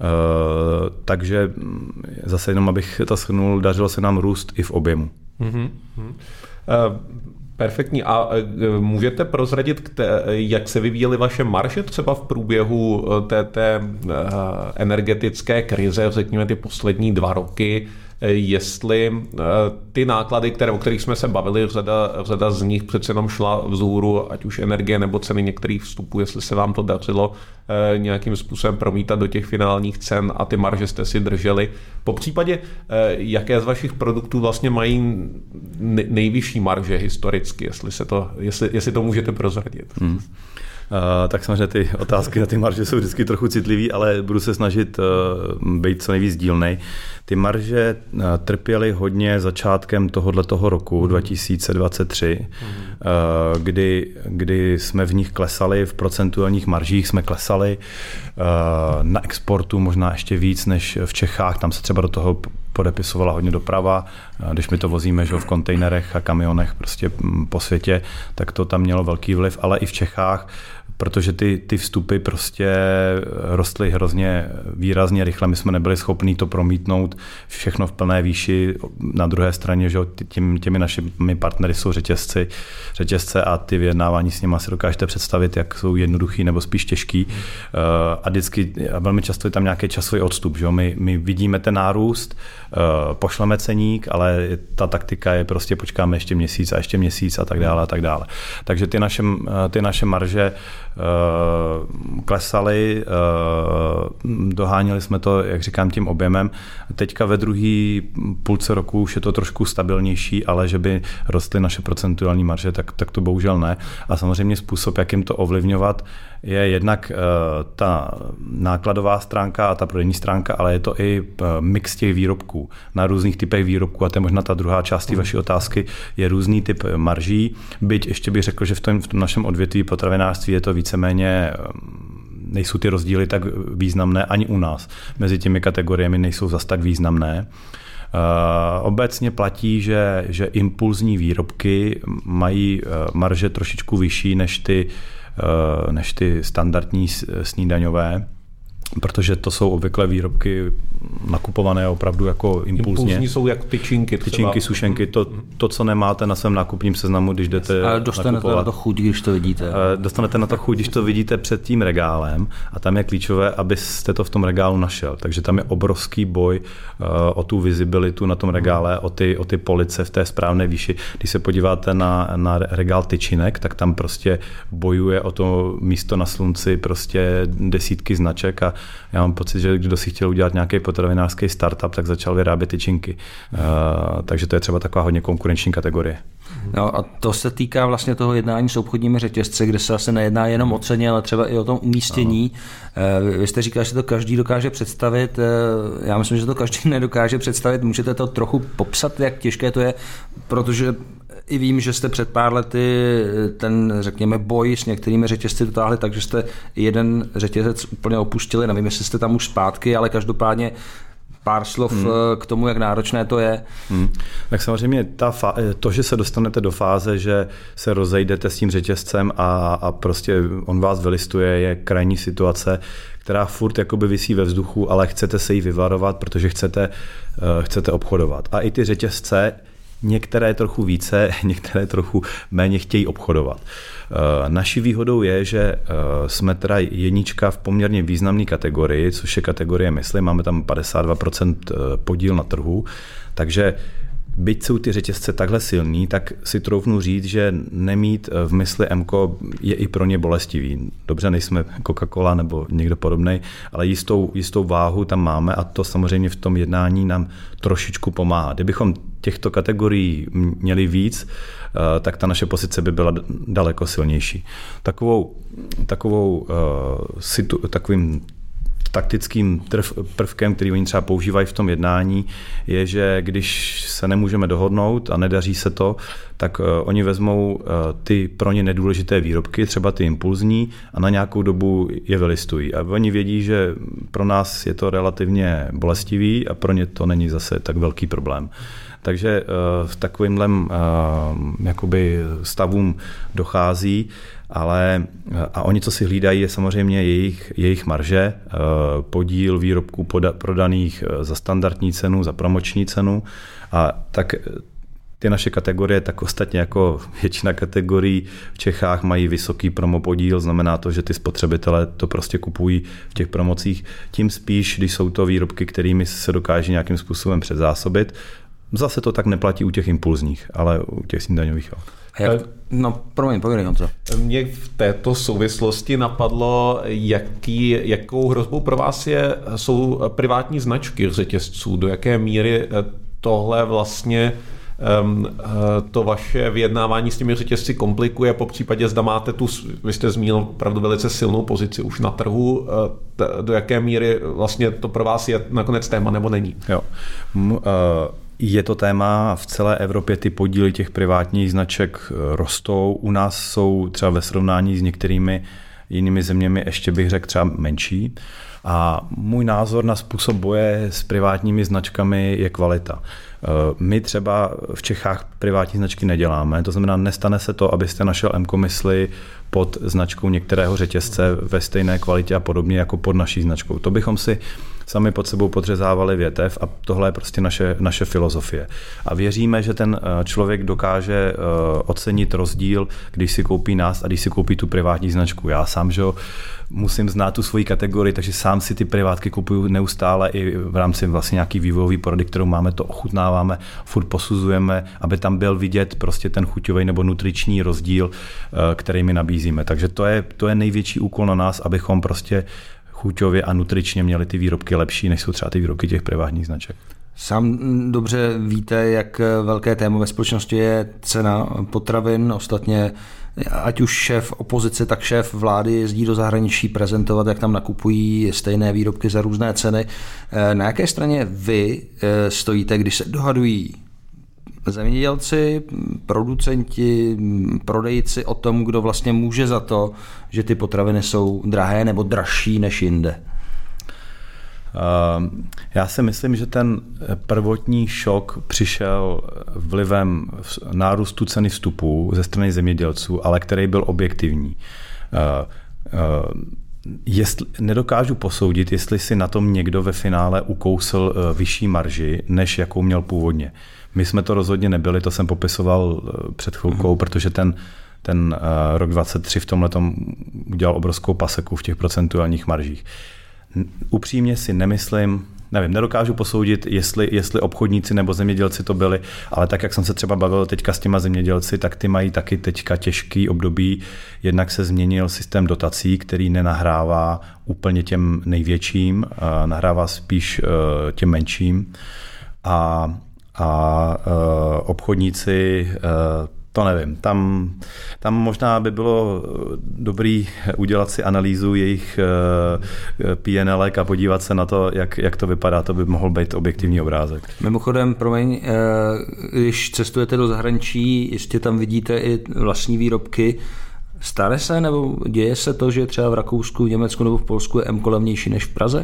Takže zase jenom abych to shrnul, dařilo se nám růst i v objemu. Mm-hmm. Uh... Perfektní. A můžete prozradit, jak se vyvíjely vaše marže třeba v průběhu té, té energetické krize, řekněme ty poslední dva roky, jestli ty náklady, které, o kterých jsme se bavili, řada, řada z nich přece jenom šla vzhůru, ať už energie nebo ceny některých vstupů, jestli se vám to dařilo nějakým způsobem promítat do těch finálních cen a ty marže jste si drželi. Po případě, jaké z vašich produktů vlastně mají nejvyšší marže historicky, jestli, se to, jestli, jestli to můžete prozradit. Hmm. Uh, tak samozřejmě ty otázky na ty marže jsou vždycky trochu citlivý, ale budu se snažit uh, být co nejvíc dílnej. Ty marže uh, trpěly hodně začátkem tohoto roku dva tisíce dvacet tři, uh, kdy, kdy jsme v nich klesali, v procentuálních maržích jsme klesali, uh, na exportu možná ještě víc než v Čechách, tam se třeba do toho podepisovala hodně doprava, když my to vozíme že v kontejnerech a kamionech prostě po světě, tak to tam mělo velký vliv, ale i v Čechách, protože ty, ty vstupy prostě rostly hrozně výrazně rychle, my jsme nebyli schopní to promítnout všechno v plné výši. Na druhé straně, že tím, těmi našimi partnery jsou řetězci, řetězce a ty vyjednávání s nimi si dokážete představit, jak jsou jednoduchý nebo spíš těžký. A vždycky, a velmi často je tam nějaký časový odstup, že my, my vidíme ten nárůst, pošleme ceník, ale ta taktika je prostě počkáme ještě měsíc a ještě měsíc a tak dále a tak dále. Takže ty naše, ty naše marže klesaly, doháněli jsme to, jak říkám, tím objemem. Teďka ve druhé půlce roku už je to trošku stabilnější, ale že by rostly naše procentuální marže, tak, tak to bohužel ne. A samozřejmě způsob, jak jim to ovlivňovat, je jednak ta nákladová stránka a ta prodejní stránka, ale je to i mix těch výrobků na různých typech výrobků a to je možná ta druhá část té vaší otázky, je různý typ marží, byť ještě bych řekl, že v tom, v tom našem odvětví potravinářství je to víceméně, nejsou ty rozdíly tak významné ani u nás. Mezi těmi kategoriemi nejsou zas tak významné. Uh, obecně platí, že, že impulzní výrobky mají marže trošičku vyšší než ty, uh, než ty standardní snídaňové. protože to jsou obvykle výrobky nakupované opravdu jako impulzně. Impulzní jsou jako tyčinky. Třeba. Tyčinky, sušenky, to, to, co nemáte na svém nákupním seznamu, když jdete Ale dostanete nakupovat. na to chuť, když to vidíte. Dostanete na to chuť, když to vidíte před tím regálem a tam je klíčové, abyste to v tom regálu našel. Takže tam je obrovský boj o tu vizibilitu na tom regále, o ty, o ty police v té správné výši. Když se podíváte na, na regál tyčinek, tak tam prostě bojuje o to místo na slunci prostě desítky značek a já mám pocit, že kdo si chtěl udělat nějaký potravinářský startup, tak začal vyrábět tyčinky. Uh, takže to je třeba taková hodně konkurenční kategorie. No a to se týká vlastně toho jednání s obchodními řetězci, kde se asi nejedná jenom o ceně, ale třeba i o tom umístění. No. Vy jste říkal, že to každý dokáže představit. Já myslím, že to každý nedokáže představit. Můžete to trochu popsat, jak těžké to je, protože i vím, že jste před pár lety ten, řekněme, boj s některými řetězci dotáhli, takže jste jeden řetězec úplně opustili. Nevím, jestli jste tam už zpátky, ale každopádně pár slov hmm. k tomu, jak náročné to je. Hmm. Tak samozřejmě ta fa- to, že se dostanete do fáze, že se rozejdete s tím řetězcem a, a prostě on vás vylistuje, je krajní situace, která furt jakoby visí ve vzduchu, ale chcete se jí vyvarovat, protože chcete, uh, chcete obchodovat. A i ty řetězce, některé trochu více, některé trochu méně chtějí obchodovat. Naší výhodou je, že jsme teda jednička v poměrně významné kategorii, což je kategorie mysli, máme tam padesát dva procent podíl na trhu, takže byť jsou ty řetězce takhle silný, tak si troufnu říct, že nemít v mysli Emko je i pro ně bolestivý. Dobře, nejsme Coca-Cola nebo někdo podobnej, ale jistou, jistou váhu tam máme a to samozřejmě v tom jednání nám trošičku pomáhá. Kdybychom těchto kategorií měli víc, tak ta naše pozice by byla daleko silnější. Takovou, takovou, situ, takovým taktickým prvkem, který oni třeba používají v tom jednání, je, že když se nemůžeme dohodnout a nedaří se to, tak oni vezmou ty pro ně nedůležité výrobky, třeba ty impulzní, a na nějakou dobu je vylistují. A oni vědí, že pro nás je to relativně bolestivý a pro ně to není zase tak velký problém. Takže v takovýmhle jakoby stavům dochází, ale a oni, co si hlídají, je samozřejmě jejich, jejich marže, podíl výrobků poda, prodaných za standardní cenu, za promoční cenu, a tak ty naše kategorie, tak ostatně jako většina kategorií v Čechách mají vysoký promopodíl, znamená to, že ty spotřebitelé to prostě kupují v těch promocích, tím spíš, když jsou to výrobky, kterými se dokáže nějakým způsobem předzásobit. Zase to tak neplatí u těch impulzních, ale u těch snídaňových. Jak, no, promiň, povědej, Honzo. Mě v této souvislosti napadlo, jaký, jakou hrozbou pro vás je, jsou privátní značky řetězců, do jaké míry tohle vlastně um, to vaše vyjednávání s těmi řetězci komplikuje, po případě zda máte tu, vy jste zmínil opravdu velice silnou pozici už na trhu, do jaké míry vlastně to pro vás je nakonec téma nebo není? Jo. M- uh... Je to téma, v celé Evropě ty podíly těch privátních značek rostou. U nás jsou třeba ve srovnání s některými jinými zeměmi ještě bych řekl třeba menší. A můj názor na způsob boje s privátními značkami je kvalita. My třeba v Čechách privátní značky neděláme, to znamená, nestane se to, abyste našel Emko mysli pod značkou některého řetězce ve stejné kvalitě a podobně jako pod naší značkou. To bychom si sami pod sebou podřezávali větev a tohle je prostě naše, naše filozofie. A věříme, že ten člověk dokáže ocenit rozdíl, když si koupí nás a když si koupí tu privátní značku. Já sám, že musím znát tu svoji kategorii, takže sám si ty privátky kupuju neustále i v rámci vlastně nějaký vývojový porady, kterou máme, to ochutnáváme, furt posuzujeme, aby tam byl vidět prostě ten chuťový nebo nutriční rozdíl, který my nabízíme. Takže to je, to je největší úkol na nás, abychom prostě chuťově a nutričně měli ty výrobky lepší, než jsou třeba ty výrobky těch privátních značek. Sám dobře víte, jak velké téma ve společnosti je cena potravin. Ostatně ať už šéf opozice, tak šéf vlády jezdí do zahraničí prezentovat, jak tam nakupují stejné výrobky za různé ceny. Na jaké straně vy stojíte, když se dohadují zemědělci, producenti, prodejci o tom, kdo vlastně může za to, že ty potraviny jsou drahé nebo dražší než jinde? Já si myslím, že ten prvotní šok přišel vlivem nárůstu ceny vstupů ze strany zemědělců, ale který byl objektivní. Jestli, nedokážu posoudit, jestli si na tom někdo ve finále ukousl vyšší marži, než jakou měl původně. My jsme to rozhodně nebyli, to jsem popisoval před chvilkou, mm-hmm. protože ten, ten rok dvacet tři v tomhletom udělal obrovskou paseku v těch procentuálních maržích. Upřímně si nemyslím, nevím, nedokážu posoudit, jestli, jestli obchodníci nebo zemědělci to byli, ale tak, jak jsem se třeba bavil teďka s těma zemědělci, tak ty mají taky teďka těžký období. Jednak se změnil systém dotací, který nenahrává úplně těm největším, nahrává spíš těm menším. A, a obchodníci, to nevím, tam, tam možná by bylo dobrý udělat si analýzu jejich P and L a podívat se na to, jak, jak to vypadá, to by mohl být objektivní obrázek. Mimochodem, promiň, když cestujete do zahraničí, jistě tam vidíte i vlastní výrobky, stane se nebo děje se to, že třeba v Rakousku, v Německu nebo v Polsku je M-ko levnější než v Praze?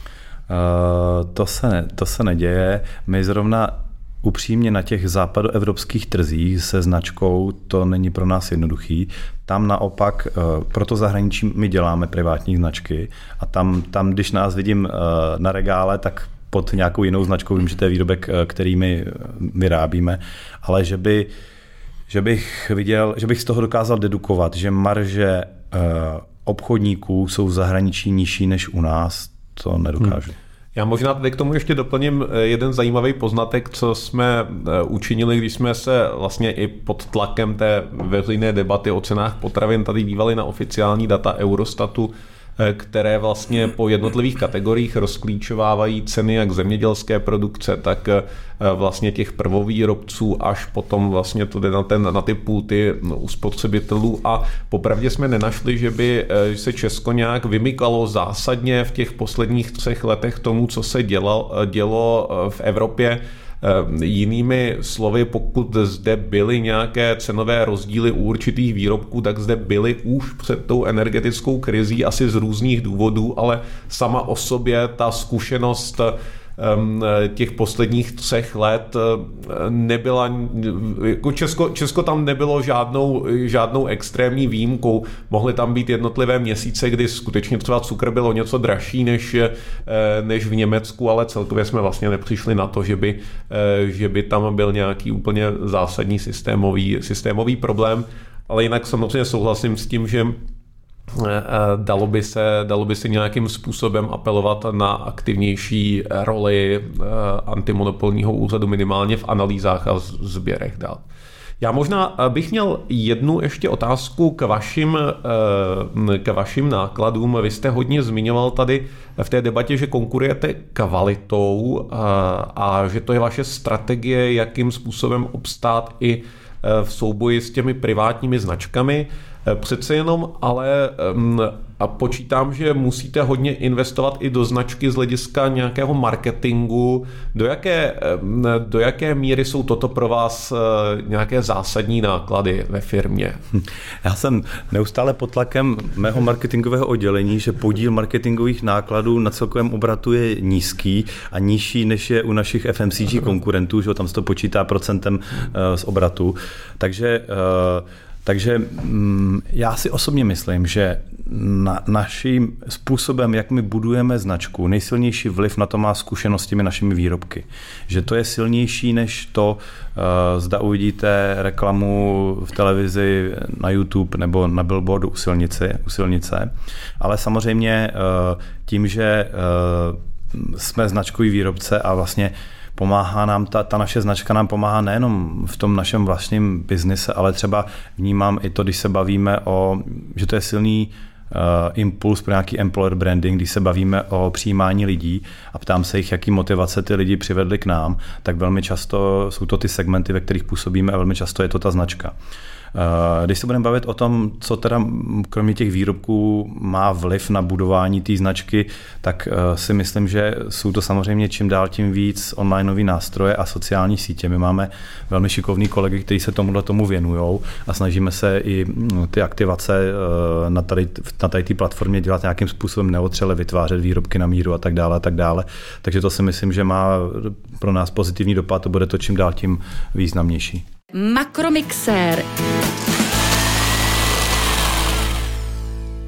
Uh, to, se ne, to se neděje. My zrovna upřímně na těch západoevropských trzích se značkou to není pro nás jednoduchý. Tam naopak, proto zahraničí my děláme privátní značky a tam, tam když nás vidím na regále, tak pod nějakou jinou značkou vím, že to je výrobek, který my vyrábíme, ale že, by, že, bych viděl, že bych z toho dokázal dedukovat, že marže obchodníků jsou v zahraničí nižší než u nás, to nedokážu. Hmm. Já možná tady k tomu ještě doplním jeden zajímavý poznatek, co jsme učinili, když jsme se vlastně i pod tlakem té veřejné debaty o cenách potravin tady dívali na oficiální data Eurostatu, které vlastně po jednotlivých kategoriích rozklíčovávají ceny jak zemědělské produkce, tak vlastně těch prvovýrobců až potom vlastně to jde na, ten, na ty pulty u spotřebitelů a popravdě jsme nenašli, že by se Česko nějak vymykalo zásadně v těch posledních třech letech tomu, co se dělo, dělo v Evropě. Jinými slovy, pokud zde byly nějaké cenové rozdíly u určitých výrobků, tak zde byly už před tou energetickou krizí asi z různých důvodů, ale sama o sobě ta zkušenost těch posledních třech let nebyla, jako Česko, Česko tam nebylo žádnou, žádnou extrémní výjimkou. Mohly tam být jednotlivé měsíce, kdy skutečně třeba cukr bylo něco dražší než, než v Německu, ale celkově jsme vlastně nepřišli na to, že by, že by tam byl nějaký úplně zásadní systémový, systémový problém. Ale jinak samozřejmě souhlasím s tím, že Dalo by, se, dalo by se nějakým způsobem apelovat na aktivnější roli antimonopolního úřadu minimálně v analýzách a sběrech dat. Já možná bych měl jednu ještě otázku k vašim, k vašim nákladům. Vy jste hodně zmiňoval tady v té debatě, že konkurujete kvalitou a že to je vaše strategie, jakým způsobem obstát i v souboji s těmi privátními značkami. Přece jenom ale a počítám, že musíte hodně investovat i do značky z hlediska nějakého marketingu. Do jaké, do jaké míry jsou toto pro vás nějaké zásadní náklady ve firmě? Já jsem neustále pod tlakem mého marketingového oddělení, že podíl marketingových nákladů na celkovém obratu je nízký a nižší, než je u našich F M C G konkurentů, že tam se to počítá procentem z obratu. Takže Takže já si osobně myslím, že na, naším způsobem, jak my budujeme značku, nejsilnější vliv na to má zkušenost s těmi našimi výrobky. Že to je silnější než to, zda uvidíte reklamu v televizi, na YouTube nebo na billboardu u silnice. U silnice. Ale samozřejmě tím, že jsme značkový výrobce a vlastně pomáhá nám, ta, ta naše značka nám pomáhá nejenom v tom našem vlastním biznise, ale třeba vnímám i to, když se bavíme o, že to je silný uh, impuls pro nějaký employer branding, když se bavíme o přijímání lidí a ptám se jich, jaký motivace ty lidi přivedly k nám, tak velmi často jsou to ty segmenty, ve kterých působíme a velmi často je to ta značka. Když se budeme bavit o tom, co teda kromě těch výrobků má vliv na budování té značky, tak si myslím, že jsou to samozřejmě čím dál tím víc onlineové nástroje a sociální sítě. My máme velmi šikovný kolegy, kteří se tomuhle tomu věnujou a snažíme se i ty aktivace na tady, na tady té platformě dělat nějakým způsobem neotřele, vytvářet výrobky na míru a tak dále a tak dále. Takže to si myslím, že má pro nás pozitivní dopad a bude to čím dál tím významnější. Makromixér.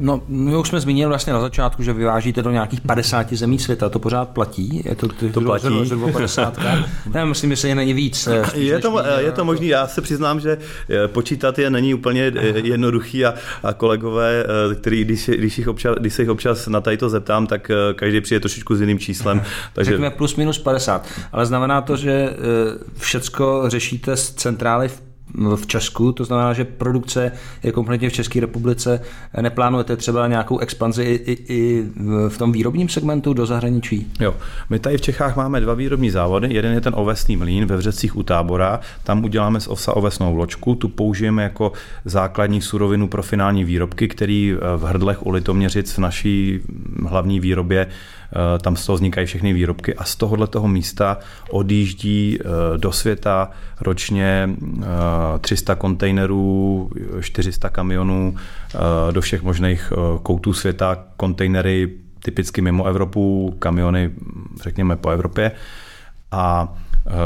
No, my už jsme zmínili vlastně na začátku, že vyvážíte do nějakých padesáti zemí světa, to pořád platí? Je to, to platí. Zhruba padesát. Ne, myslím, že se není víc. Je to, je to možný, já se přiznám, že počítat je není úplně jednoduchý a, a kolegové, který, když, když, jich občas, když se jich občas na tady to zeptám, tak každý přijde trošičku s jiným číslem. Takže... Řekněme plus minus padesát, ale znamená to, že všecko řešíte z centrály v v Česku, to znamená, že produkce je kompletně v České republice. Neplánujete třeba nějakou expanzi i, i, i v tom výrobním segmentu do zahraničí? Jo, my tady v Čechách máme dva výrobní závody. Jeden je ten ovesný mlýn ve Vřecích u Tábora. Tam uděláme z ovsa ovesnou vločku. Tu použijeme jako základní surovinu pro finální výrobky, který v hrdlech u Litoměřic v naší hlavní výrobě tam z toho vznikají všechny výrobky a z tohoto místa odjíždí do světa ročně tři sta kontejnerů, čtyři sta kamionů do všech možných koutů světa, kontejnery typicky mimo Evropu, kamiony řekněme po Evropě. A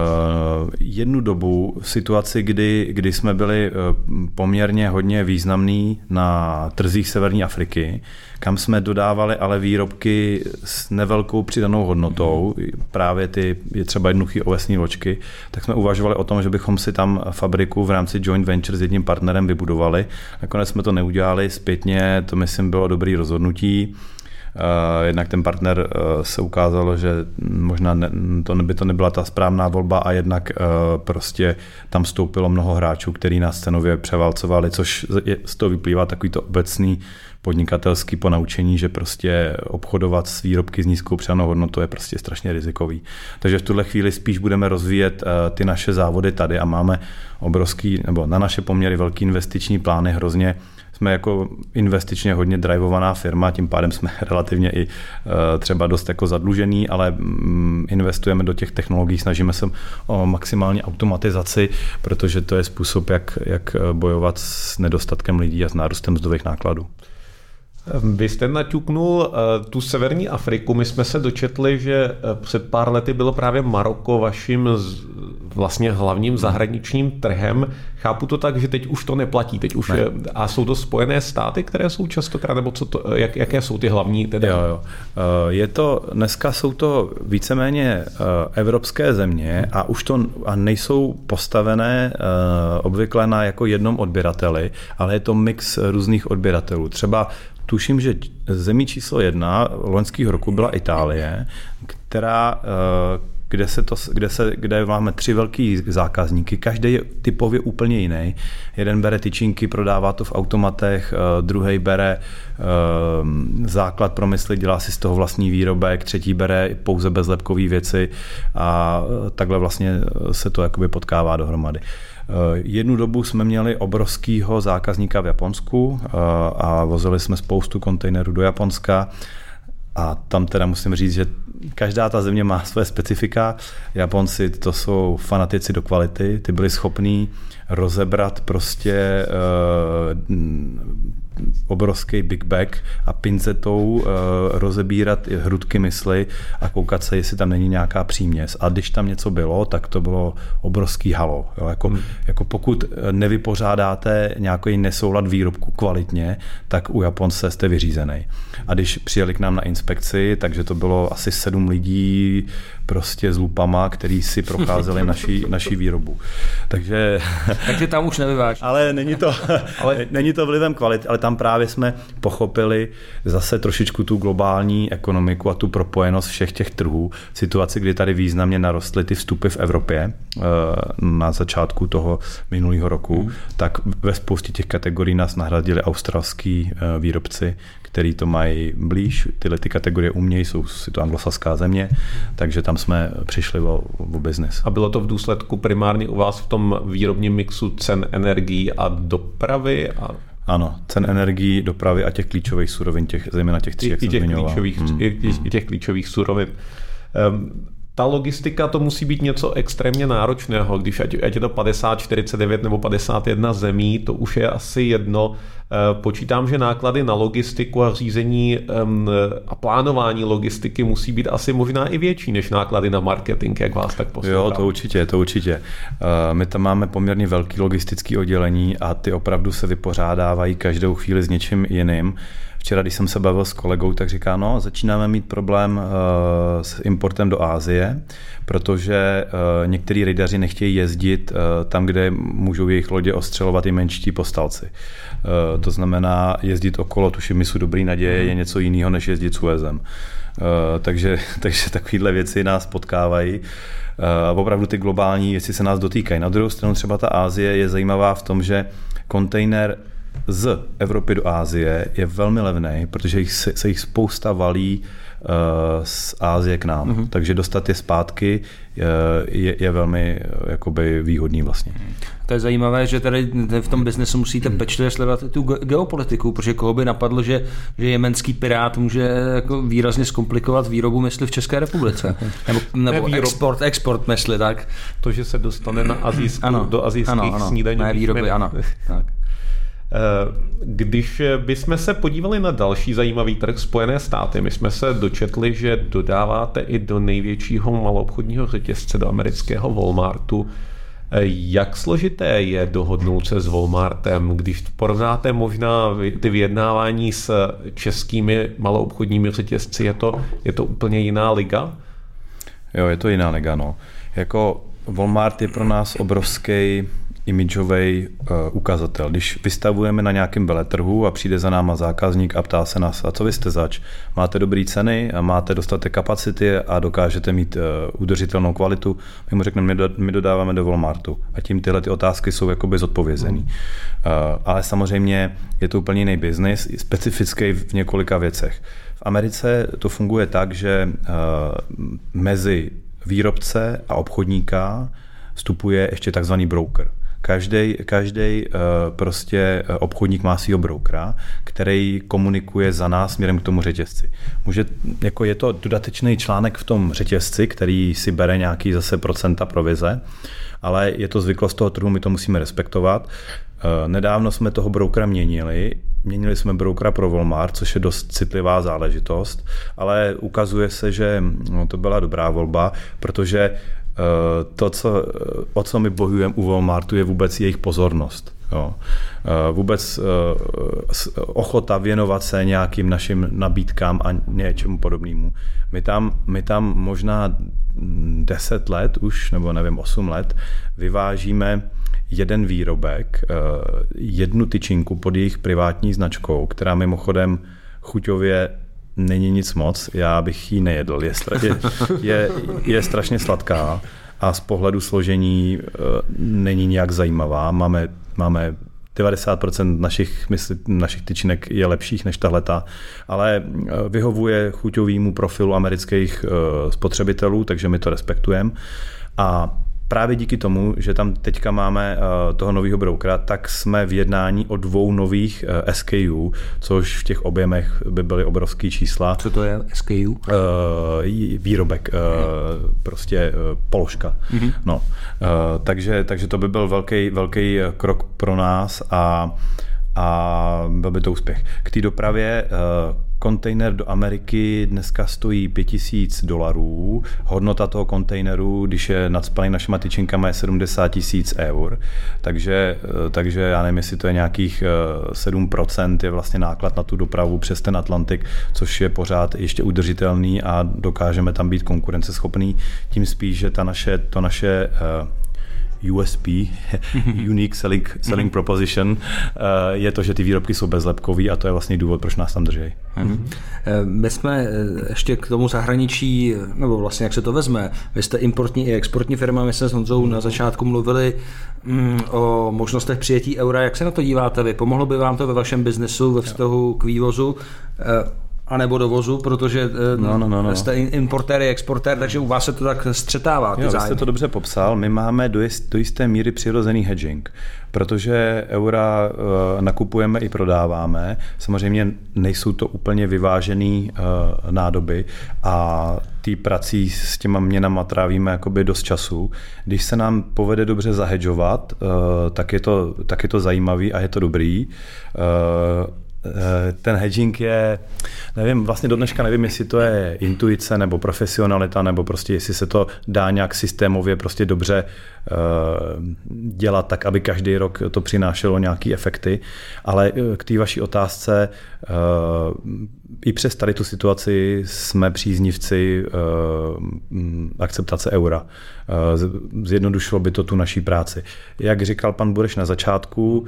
jednu dobu v situaci, kdy, kdy jsme byli poměrně hodně významní na trzích severní Afriky, kam jsme dodávali ale výrobky s nevelkou přidanou hodnotou, právě ty je třeba jednoduchý ovesní vločky, tak jsme uvažovali o tom, že bychom si tam fabriku v rámci joint venture s jedním partnerem vybudovali. Nakonec jsme to neudělali, zpětně to myslím bylo dobrý rozhodnutí. Jednak ten partner se ukázalo, že možná ne, to by to nebyla ta správná volba a jednak prostě tam vstoupilo mnoho hráčů, který nás cenově převálcovali, což je, z toho vyplývá takovýto obecný podnikatelský ponaučení, že prostě obchodovat s výrobky s nízkou přidanou hodnotou je prostě strašně rizikový. Takže v tuhle chvíli spíš budeme rozvíjet ty naše závody tady a máme obrovský, nebo na naše poměry velký investiční plány, hrozně jsme jako investičně hodně drivovaná firma, tím pádem jsme relativně i třeba dost jako zadlužený, ale investujeme do těch technologií, snažíme se o maximální automatizaci, protože to je způsob, jak, jak bojovat s nedostatkem lidí a s nárůstem mzdových nákladů. Vy jste naťuknul tu severní Afriku. My jsme se dočetli, že před pár lety bylo právě Maroko vaším vlastně hlavním zahraničním trhem. Chápu to tak, že teď už to neplatí. Teď už ne. je, a jsou to Spojené státy, které jsou častokrát, nebo co to, jak, jaké jsou ty hlavní? Teda? Jo, jo. Je to, dneska jsou to víceméně evropské země a už to a nejsou postavené obvykle na jako jednom odběrateli, ale je to mix různých odběratelů. Třeba tuším, že zemí číslo jedna loňského roku byla Itálie, která, kde, se to, kde, se, kde máme tři velký zákazníky, každý je typově úplně jiný. Jeden bere tyčinky, prodává to v automatech, druhý bere základ promysly, dělá si z toho vlastní výrobek, třetí bere pouze bezlepkové věci a takhle vlastně se to jakoby potkává dohromady. Jednu dobu jsme měli obrovského zákazníka v Japonsku a vozili jsme spoustu kontejnerů do Japonska a tam teda musím říct, že každá ta země má své specifika. Japonci to jsou fanatici do kvality, ty byli schopní rozebrat prostě uh, obrovský big bag a pincetou uh, rozebírat hrudky mysli a koukat se, jestli tam není nějaká příměs. A když tam něco bylo, tak to bylo obrovský halo. Jo? Jako, hmm. jako pokud nevypořádáte nějaký nesoulad výrobku kvalitně, tak u Japonce jste vyřízený. A když přijeli k nám na inspekci, takže to bylo asi sedm lidí prostě s lupama, který si procházeli naší, naší výrobu. Takže, takže tam už nevyváží. Ale není to, ale není to vlivem kvality, ale tam právě jsme pochopili zase trošičku tu globální ekonomiku a tu propojenost všech těch trhů. V situaci, kdy tady významně narostly ty vstupy v Evropě na začátku toho minulého roku, hmm. tak ve spoustě těch kategorií nás nahradili australský výrobci, který to mají blíž. Tyhle ty kategorie umějí, jsou si to anglosaská země, takže tam jsme přišli o, o biznis. A bylo to v důsledku primárně u vás v tom výrobním mixu cen energií a dopravy? A... Ano, cen energií, dopravy a těch klíčových surovin, těch, zejména těch tří, jak I, jsem těch klíčových, hmm. i, i těch klíčových surovin. Um, ta logistika to musí být něco extrémně náročného, když ať, ať je to padesát, čtyřicet devět nebo padesát jedna zemí, to už je asi jedno. Počítám, že náklady na logistiku a řízení a plánování logistiky musí být asi možná i větší než náklady na marketing, jak vás tak poslouchám. Jo, to určitě, to určitě. My tam máme poměrně velký logistický oddělení a ty opravdu se vypořádávají každou chvíli s něčím jiným. V včera, když jsem se bavil s kolegou, tak říká, no, začínáme mít problém s importem do Asie, protože některý rejdaři nechtějí jezdit tam, kde můžou jejich lodě ostřelovat i menští povstalci. To znamená, jezdit okolo, tuším, mysu Dobrý naděje je něco jiného, než jezdit Suezem. Takže, takže takovéhle věci nás potkávají. Opravdu ty globální věci se nás dotýkají. Na druhou stranu třeba ta Asie je zajímavá v tom, že kontejner z Evropy do Asie je velmi levný, protože se, se jich spousta valí uh, z Asie k nám. Mm-hmm. Takže dostat je zpátky uh, je, je velmi uh, jakoby výhodný vlastně. To je zajímavé, že tady v tom biznesu musíte pečlivě sledovat tu geopolitiku, protože koho by napadlo, že, že jemenský pirát může jako výrazně zkomplikovat výrobu mysli v České republice. Nebo, nebo ne, export, export mysli, tak. To, že se dostane na azijskou, ano, do azijských snídaní. Ne, výroby, ano. Tak. Když bychom se podívali na další zajímavý trh, Spojené státy, my jsme se dočetli, že dodáváte i do největšího maloobchodního řetězce, do amerického Walmartu. Jak složité je dohodnout se s Walmartem, když porovnáte možná ty vyjednávání s českými maloobchodními řetězci, je to, je to úplně jiná liga? Jo, je to jiná liga, no. Jako Walmart je pro nás obrovský imidžový uh, ukazatel. Když vystavujeme na nějakém veletrhu a přijde za náma zákazník a ptá se nás, a co vy jste zač? Máte dobré ceny a máte dostatek kapacity a dokážete mít uh, udržitelnou kvalitu, my mu řekneme, my, do, my dodáváme do Walmartu. A tím tyhle ty otázky jsou jakoby zodpovězený. Mm. Uh, ale samozřejmě je to úplně jiný biznis, specifický v několika věcech. V Americe to funguje tak, že uh, mezi výrobce a obchodníka vstupuje ještě takzvaný broker. Každý, každý prostě obchodník má svýho brokera, který komunikuje za nás směrem k tomu řetězci. Může, jako je to dodatečný článek v tom řetězci, který si bere nějaký zase procenta provize, ale je to zvyklost toho trhu, my to musíme respektovat. Nedávno jsme toho brokera měnili, měnili jsme brokera pro Walmart, což je dost citlivá záležitost, ale ukazuje se, že no, to byla dobrá volba, protože to, co, o co my bojujeme u Walmartu, je vůbec jejich pozornost. Jo. Vůbec ochota věnovat se nějakým našim nabídkám a něčemu podobnému. My tam, my tam možná deset let už, nebo nevím, osm let, vyvážíme jeden výrobek, jednu tyčinku pod jejich privátní značkou, která mimochodem chuťově není nic moc, já bych ji nejedl. Je, je, je, je strašně sladká a z pohledu složení není nějak zajímavá. Máme, máme devadesát procent našich, mysli, našich tyčinek je lepších než tahleta, ale vyhovuje chuťovému profilu amerických spotřebitelů, takže my to respektujeme. A právě díky tomu, že tam teďka máme toho nového brokera, tak jsme v jednání o dvou nových S K U, což v těch objemech by byly obrovský čísla. Co to je S K U? Výrobek, mm. prostě položka. Mm-hmm. No. Takže, takže to by byl velký, velký krok pro nás a, a byl by to úspěch. K té dopravě kontejner do Ameriky dneska stojí pět tisíc dolarů. Hodnota toho kontejneru, když je nacpaný našima tyčinkama, je sedmdesát tisíc eur. Takže, takže já nevím, jestli to je nějakých sedm procent je vlastně náklad na tu dopravu přes ten Atlantik, což je pořád ještě udržitelný a dokážeme tam být konkurenceschopný. Tím spíš, že ta naše, to naše U S P, Unique Selling, selling Proposition, je to, že ty výrobky jsou bezlepkový a to je vlastně důvod, proč nás tam drží. Mm-hmm. My jsme ještě k tomu zahraničí, nebo vlastně jak se to vezme, vy jste importní i exportní firma, my jsme s Honzou na začátku mluvili mm, o možnostech přijetí eura, jak se na to díváte vy? Pomohlo by vám to ve vašem biznesu ve vztahu k vývozu? A nebo dovozu, protože no, no, no, no. jste importér i exportér, takže u vás se to tak střetává. Ty jo, zájmy. Vy jste to dobře popsal. My máme do, jist, do jisté míry přirozený hedging, protože eura uh, nakupujeme i prodáváme. Samozřejmě nejsou to úplně vyvážený uh, nádoby a tý prací s těma měnama trávíme jakoby dost času. Když se nám povede dobře zahedžovat, uh, tak, je to, tak je to zajímavý a je to dobrý. Uh, ten hedging je, nevím, vlastně do dneška nevím, jestli to je intuice nebo profesionalita, nebo prostě jestli se to dá nějak systémově prostě dobře dělat tak, aby každý rok to přinášelo nějaké efekty. Ale k té vaší otázce i přes tady tu situaci jsme příznivci akceptace eura. Zjednodušilo by to tu naší práci. Jak říkal pan Bureš na začátku,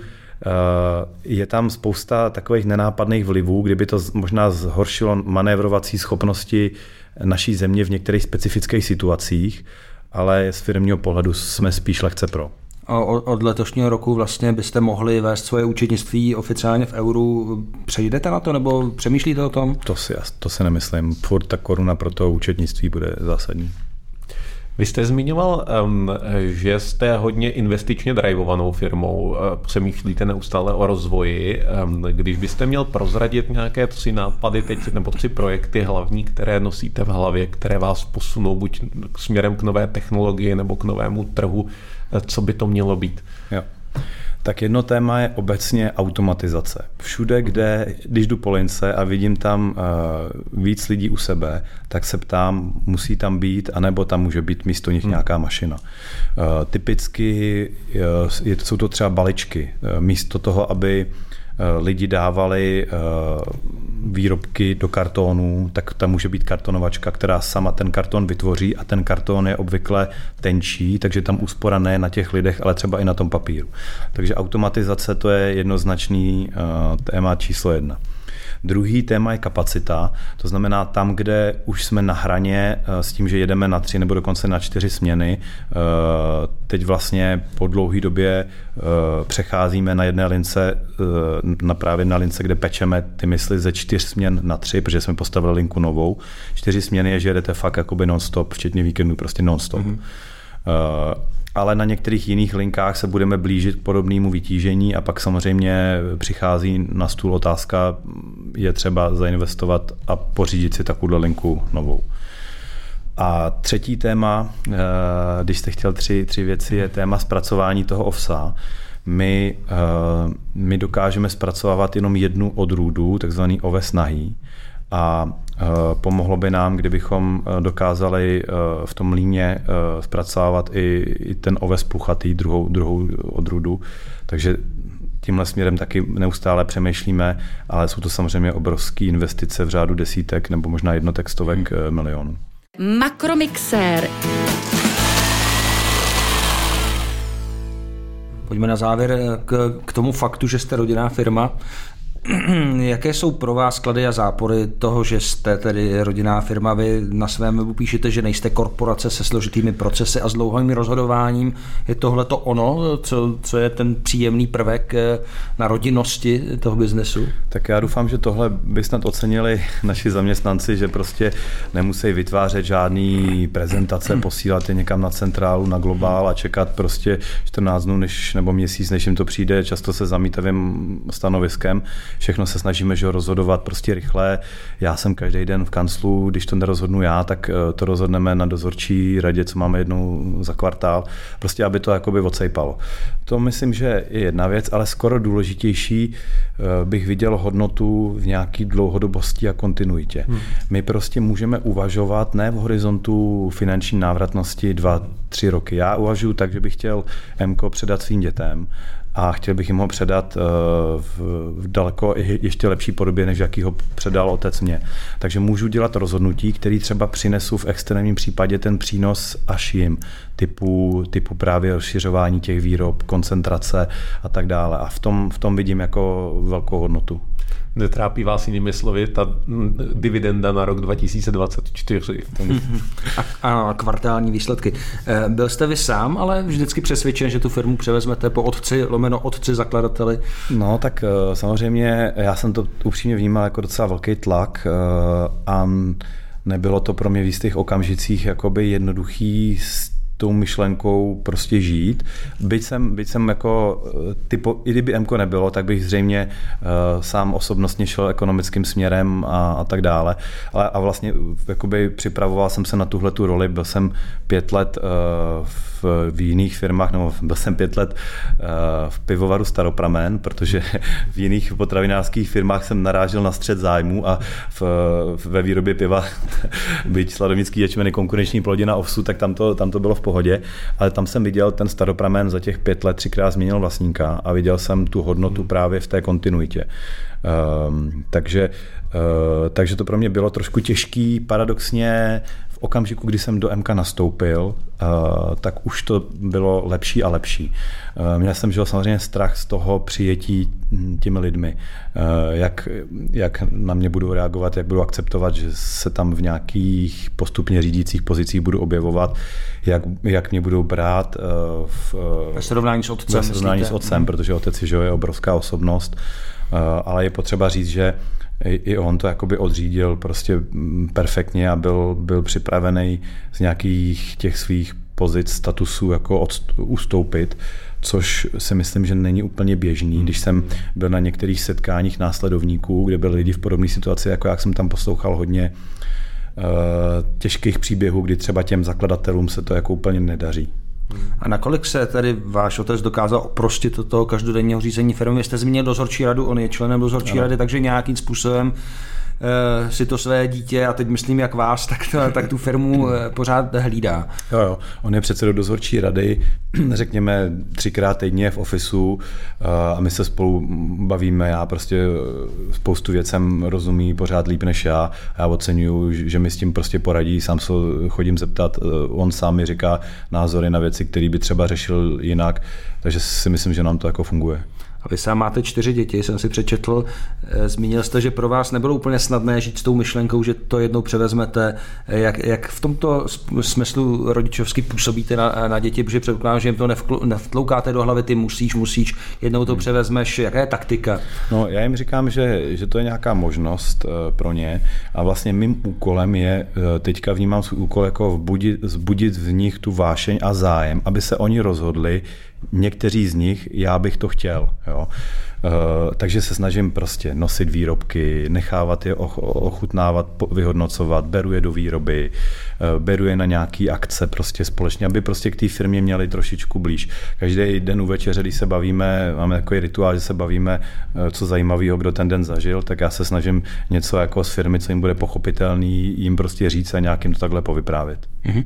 je tam spousta takových nenápadných vlivů, kdyby to možná zhoršilo manévrovací schopnosti naší země v některých specifických situacích, ale z firmního pohledu jsme spíš lehce pro. Od letošního roku vlastně byste mohli vést svoje účetnictví oficiálně v euru. Přejdete na to nebo přemýšlíte o tom? To si, to si nemyslím. Furt ta koruna pro to účetnictví bude zásadní. Vy jste zmiňoval, že jste hodně investičně drivovanou firmou, přemýšlíte neustále o rozvoji. Když byste měl prozradit nějaké tři nápady teď, nebo tři projekty hlavní, které nosíte v hlavě, které vás posunou buď směrem k nové technologii nebo k novému trhu, co by to mělo být? Jo. Tak jedno téma je obecně automatizace. Všude, kde, když jdu po lince a vidím tam uh, víc lidí u sebe, tak se ptám, musí tam být, anebo tam může být místo nich hmm. nějaká mašina. Uh, typicky uh, je, jsou to třeba baličky. Uh, místo toho, aby uh, lidi dávali uh, výrobky do kartonů, tak tam může být kartonovačka, která sama ten karton vytvoří a ten karton je obvykle tenčí, takže tam úspora ne na těch lidech, ale třeba i na tom papíru. Takže automatizace to je jednoznačný uh, téma číslo jedna. Druhý téma je kapacita, to znamená tam, kde už jsme na hraně s tím, že jedeme na tři nebo dokonce na čtyři směny. Teď vlastně po dlouhé době přecházíme na jedné lince, na právě na lince, kde pečeme ty mysli ze čtyř směn na tři, protože jsme postavili linku novou. Čtyři směny je, že jedete fakt jakoby non-stop, včetně víkendu, prostě non-stop. Mm-hmm. Ale na některých jiných linkách se budeme blížit k podobnému vytížení a pak samozřejmě přichází na stůl otázka, je třeba zainvestovat a pořídit si takovou linku novou. A třetí téma, když jste chtěl tři, tři věci, je téma zpracování toho ovsa. My, my dokážeme zpracovávat jenom jednu odrůdu, takzvaný oves nahý. A pomohlo by nám, kdybychom dokázali v tom mlýně zpracovávat i, i ten oves pluchatý, druhou, druhou odrůdu. Takže tímhle směrem taky neustále přemýšlíme, ale jsou to samozřejmě obrovské investice v řádu desítek nebo možná jednotek stovek hmm. milionů. Makromixér. Pojďme na závěr k, k tomu faktu, že jste rodinná firma. Jaké jsou pro vás klady a zápory toho, že jste tedy rodinná firma? Vy na svém webu píšete, že nejste korporace se složitými procesy a s dlouhým rozhodováním. Je tohle to ono, co, co je ten příjemný prvek na rodinnosti toho biznesu? Tak já doufám, že tohle by snad ocenili naši zaměstnanci, že prostě nemusí vytvářet žádný prezentace, posílat je někam na centrálu, na globál a čekat prostě čtrnáct dnů než, nebo měsíc, než jim to přijde, často se zamítavým stanoviskem. Všechno se snažíme, že rozhodovat prostě rychle. Já jsem každý den v kanclu, když to nerozhodnu já, tak to rozhodneme na dozorčí radě, co máme jednou za kvartál, prostě aby to jakoby odsejpalo. To myslím, že je jedna věc, ale skoro důležitější bych viděl hodnotu v nějaký dlouhodobosti a kontinuitě. Hmm. My prostě můžeme uvažovat ne v horizontu finanční návratnosti dva, tři roky. Já uvažuji tak, že bych chtěl M K O předat svým dětem a chtěl bych jim ho předat v daleko ještě lepší podobě, než jaký ho předal otec mě. Takže můžu dělat rozhodnutí, které třeba přinesu v extrémním případě ten přínos až jim, typu, typu právě rozšiřování těch výrob, koncentrace a tak dále. A v tom, v tom vidím jako velkou hodnotu. Netrápí vás jinými slovy ta dividenda na rok dva tisíce dvacet čtyři. A, a kvartální výsledky. Byl jste vy sám, ale vždycky přesvědčen, že tu firmu převezmete po otci, lomeno otci zakladateli? No tak samozřejmě já jsem to upřímně vnímal jako docela velký tlak a nebylo to pro mě v jistých okamžicích jakoby jednoduchý s tou myšlenkou prostě žít. Byť jsem, byť jsem jako, typo, i kdyby Emko nebylo, tak bych zřejmě uh, sám osobnostně šel ekonomickým směrem a, a tak dále. Ale, a vlastně jakoby připravoval jsem se na tuhle tu roli, byl jsem pět let uh, v, v jiných firmách, nebo byl jsem pět let uh, v pivovaru Staropramen, protože v jiných potravinářských firmách jsem narážel na střet zájmu a v, v, ve výrobě piva, byť Sladomický ječmen je konkurenční plodina ovsu, tak tam to, tam to bylo v pohodě, ale tam jsem viděl, ten Staropramen za těch pět let třikrát změnil vlastníka a viděl jsem tu hodnotu právě v té kontinuitě. Um, takže, uh, takže to pro mě bylo trošku těžký, paradoxně v okamžiku, kdy jsem do Emka nastoupil, uh, tak už to bylo lepší a lepší. Uh, měl jsem žil samozřejmě strach z toho přijetí těmi lidmi, uh, jak, jak na mě budou reagovat, jak budou akceptovat, že se tam v nějakých postupně řídících pozicích budu objevovat, jak, jak mě budou brát uh, v, ve srovnání s otcem. Ve srovnání s otcem, protože otec že je obrovská osobnost. Ale je potřeba říct, že i on to jakoby odřídil prostě perfektně a byl, byl připravený z nějakých těch svých pozic, statusů jako odst- ustoupit, což si myslím, že není úplně běžný. Když jsem byl na některých setkáních následovníků, kde byli lidi v podobné situaci, jako jak jsem tam poslouchal hodně uh, těžkých příběhů, kdy třeba těm zakladatelům se to jako úplně nedaří. A nakolik se tedy váš otec dokázal oprostit do toho každodenního řízení firmy? Vy jste zmínil dozorčí radu, on je členem dozorčí ano. rady, takže nějakým způsobem e, si to své dítě, a teď myslím jak vás, tak, to, tak tu firmu e, pořád hlídá. Jo, jo, on je předsedou dozorčí rady, řekněme třikrát týdně v ofisu a my se spolu bavíme, já prostě spoustu věcem rozumí pořád líp než já. Já oceňuju, že mi s tím prostě poradí, sám se chodím zeptat, on sám mi říká názory na věci, které by třeba řešil jinak, takže si myslím, že nám to jako funguje. A vy sám máte čtyři děti, jsem si přečetl. Zmínil jste, že pro vás nebylo úplně snadné žít s tou myšlenkou, že to jednou převezmete. Jak, jak v tomto smyslu rodičovsky působíte na, na děti, protože předpokládám, že jim to nevtloukáte do hlavy, ty musíš, musíš, jednou to převezmeš. Jaká je taktika? No, já jim říkám, že, že to je nějaká možnost pro ně a vlastně mým úkolem je, teďka vnímám svůj úkol jako vbudit, vzbudit v nich tu vášeň a zájem, aby se oni rozhodli, někteří z nich, já bych to chtěl. Jo. Uh, takže se snažím prostě nosit výrobky, nechávat je och, ochutnávat, vyhodnocovat, beru je do výroby, uh, beru je na nějaký akce prostě společně, aby prostě k té firmě měli trošičku blíž. Každý den u večeře, když se bavíme, máme takový rituál, že se bavíme, uh, co zajímavého, kdo ten den zažil, tak já se snažím něco jako z firmy, co jim bude pochopitelný, jim prostě říct a nějakým to takhle povyprávět. Mm-hmm.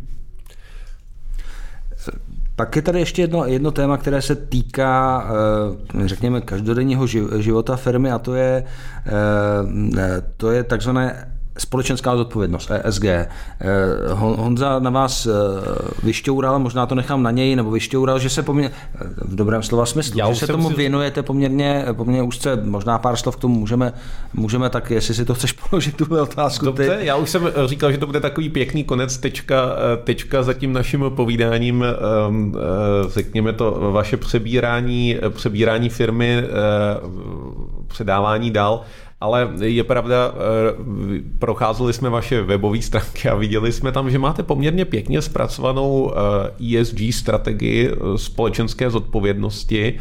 Pak je tady ještě jedno, jedno téma, které se týká, řekněme, každodenního života firmy a to je, to je takzvané společenská zodpovědnost, E S G. Honza na vás vyšťoural, možná to nechám na něj, nebo vyšťoural, že se poměrně, v dobrém slova smyslu, Já že se tomu si... věnujete poměrně, poměrně úzce, možná pár slov k tomu můžeme, můžeme tak, jestli si to chceš položit, tu otázku. Dobře, ty. Já už jsem říkal, že to bude takový pěkný konec, tečka, tečka za tím naším povídáním, řekněme to, vaše přebírání, přebírání firmy, předávání dál. Ale je pravda, procházeli jsme vaše webové stránky a viděli jsme tam, že máte poměrně pěkně zpracovanou E S G strategii společenské zodpovědnosti.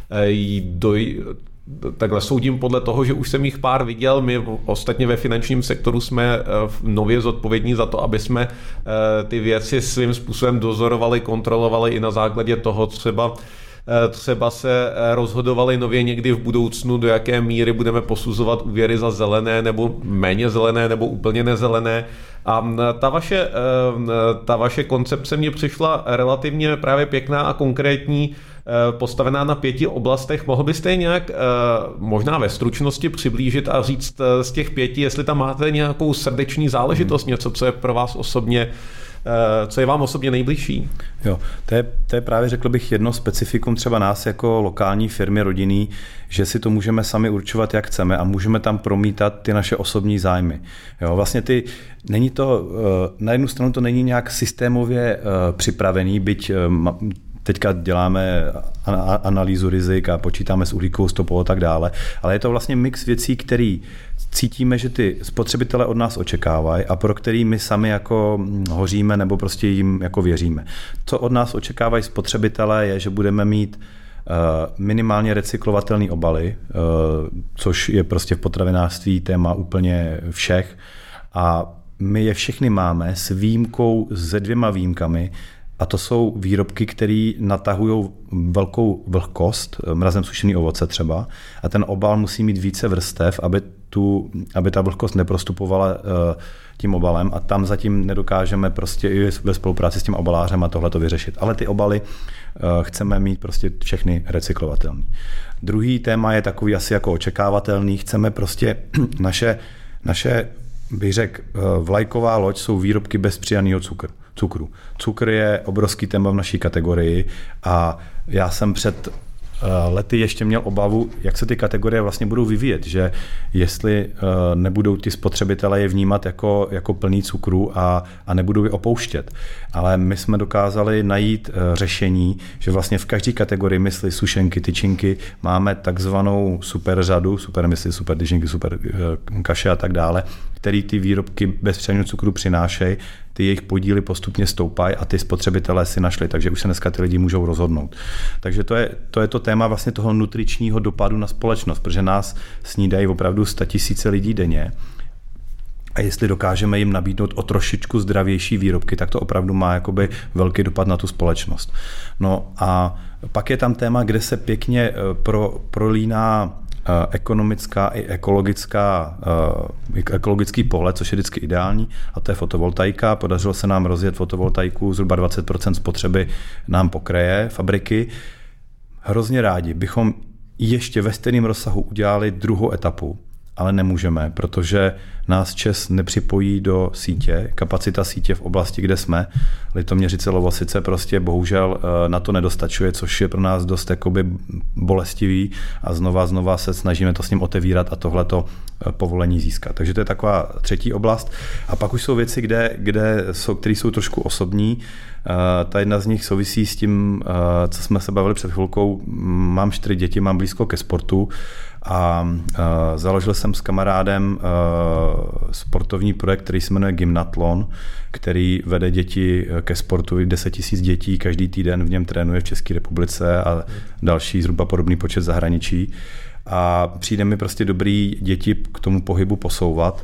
Takhle soudím podle toho, že už jsem jich pár viděl. My ostatně ve finančním sektoru jsme nově zodpovědní za to, aby jsme ty věci svým způsobem dozorovali, kontrolovali i na základě toho třeba třeba se rozhodovali nově někdy v budoucnu, do jaké míry budeme posuzovat úvěry za zelené nebo méně zelené nebo úplně nezelené. A ta vaše, ta vaše koncepce mně přišla relativně právě pěkná a konkrétní, postavená na pěti oblastech. Mohl byste je nějak možná ve stručnosti přiblížit a říct z těch pěti, jestli tam máte nějakou srdeční záležitost, hmm. něco, co je pro vás osobně co je vám osobně nejbližší? Jo, to je, to je právě, řekl bych, jedno specifikum třeba nás jako lokální firmy rodinný, že si to můžeme sami určovat, jak chceme a můžeme tam promítat ty naše osobní zájmy. Jo, vlastně ty, není to, na jednu stranu to není nějak systémově připravený, byť teďka děláme analýzu rizik a počítáme s uhlíkovou stopou a tak dále, ale je to vlastně mix věcí, který cítíme, že ty spotřebitelé od nás očekávají a pro který my sami jako hoříme nebo prostě jim jako věříme. Co od nás očekávají spotřebitelé je, že budeme mít minimálně recyklovatelné obaly, což je prostě v potravinářství téma úplně všech a my je všechny máme s výjimkou, se dvěma výjimkami, a to jsou výrobky, které natahují velkou vlhkost, mrazem sušený ovoce třeba, a ten obal musí mít více vrstev, aby, tu, aby ta vlhkost neprostupovala tím obalem a tam zatím nedokážeme prostě i ve spolupráci s tím obalářem a tohle to vyřešit. Ale ty obaly chceme mít prostě všechny recyklovatelné. Druhý téma je takový asi jako očekávatelný. Chceme prostě naše, naše bych řekl, vlajková loď jsou výrobky bez přidaného cukru. cukru. Cukr je obrovský téma v naší kategorii a já jsem před lety ještě měl obavu, jak se ty kategorie vlastně budou vyvíjet, že jestli nebudou ty spotřebitelé je vnímat jako, jako plný cukru a, a nebudou je opouštět. Ale my jsme dokázali najít řešení, že vlastně v každé kategorii mysli sušenky, tyčinky máme takzvanou super řadu, super mysli, super tyčinky, super kaše a tak dále, který ty výrobky bez přidaného cukru přinášejí, ty jejich podíly postupně stoupají a ty spotřebitelé si našli, takže už se dneska ty lidi můžou rozhodnout. Takže to je to, je to téma vlastně toho nutričního dopadu na společnost, protože nás snídají opravdu statisíce lidí denně a jestli dokážeme jim nabídnout o trošičku zdravější výrobky, tak to opravdu má jakoby velký dopad na tu společnost. No a pak je tam téma, kde se pěkně pro, prolíná ekonomická i ekologická, ekologický pohled, což je vždycky ideální, a to je fotovoltaika. Podařilo se nám rozjet fotovoltaiku, zhruba dvacet procent spotřeby nám pokryje fabriky. Hrozně rádi bychom ještě ve stejném rozsahu udělali druhou etapu, ale nemůžeme, protože nás ČEZ nepřipojí do sítě. Kapacita sítě v oblasti, kde jsme, Litoměřice, Lovosice, prostě bohužel na to nedostačuje, což je pro nás dost jakoby bolestivý a znova znova se snažíme to s ním otevírat a tohleto povolení získat. Takže to je taková třetí oblast. A pak už jsou věci, kde, kde jsou, které jsou trošku osobní. Ta jedna z nich souvisí s tím, co jsme se bavili před chvilkou. Mám čtyři děti, mám blízko ke sportu a založil jsem s kamarádem sportovní projekt, který se jmenuje Gymnatlon, který vede děti ke sportu, deset tisíc dětí, každý týden v něm trénuje v České republice a další zhruba podobný počet zahraničí. A přijde mi prostě dobrý děti k tomu pohybu posouvat.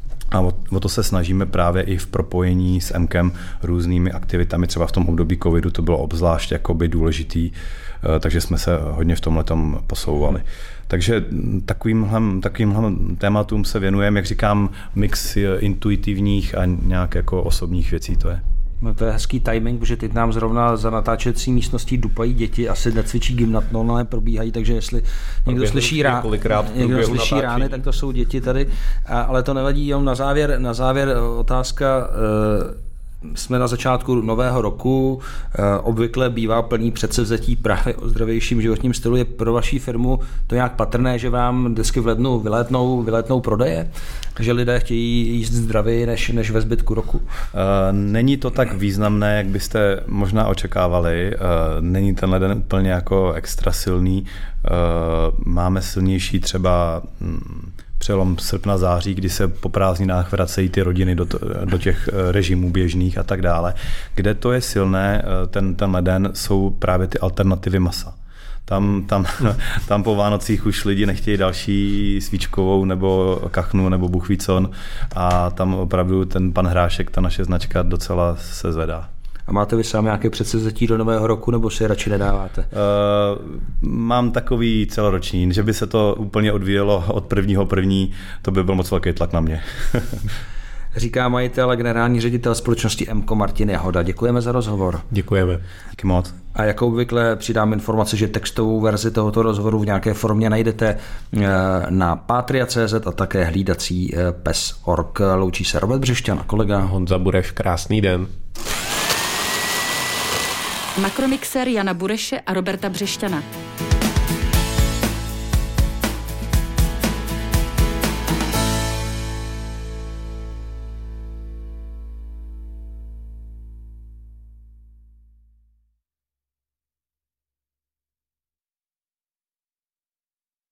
A o, o to se snažíme právě i v propojení s EMKem různými aktivitami, třeba v tom období covidu to bylo obzvlášť jakoby důležitý, takže jsme se hodně v tomhletom posouvali. Takže takovýmhle, takovýmhle tématům se věnujeme, jak říkám, mix intuitivních a nějak jako osobních věcí to je. No to je hezký timing, protože teď nám zrovna za natáčecí místností dupají děti, asi necvičí gymnatlon, ale probíhají, takže jestli někdo slyší, rá, někdo slyší rány, tak to jsou děti tady, a, ale to nevadí, jenom na závěr, na závěr otázka, e, jsme na začátku nového roku, e, obvykle bývá plný předsevzetí právě o zdravějším životním stylu. Je pro vaši firmu to nějak patrné, že vám vždycky v lednu vylétnou, vylétnou prodeje? Že lidé chtějí jíst zdravěji než, než ve zbytku roku? Není to tak významné, jak byste možná očekávali. Není ten leden úplně jako extra silný. Máme silnější třeba přelom srpna, září, kdy se po prázdninách vracejí ty rodiny do, to, do těch režimů běžných a tak dále. Kde to je silné, ten, ten leden, jsou právě ty alternativy masa. Tam, tam, tam po Vánocích už lidi nechtějí další svíčkovou nebo kachnu nebo buchvícon a tam opravdu ten pan Hrášek, ta naše značka docela se zvedá. A máte vy sám nějaké předsevzetí do nového roku, nebo si je radši nedáváte? Uh, mám takový celoroční, že by se to úplně odvíjelo od prvního první, to by byl moc velký tlak na mě. Říká majitel a generální ředitel společnosti EMCO Martin Jahoda. Děkujeme za rozhovor. Děkujeme. Díky moc. A jako obvykle přidám informaci, že textovou verzi tohoto rozhovoru v nějaké formě najdete na patria tečka cé zet a také hlídací pes tečka org. Loučí se Robert Břešťan a kolega Honza Bureš. Krásný den. Makromixer Jana Bureše a Roberta Břešťana.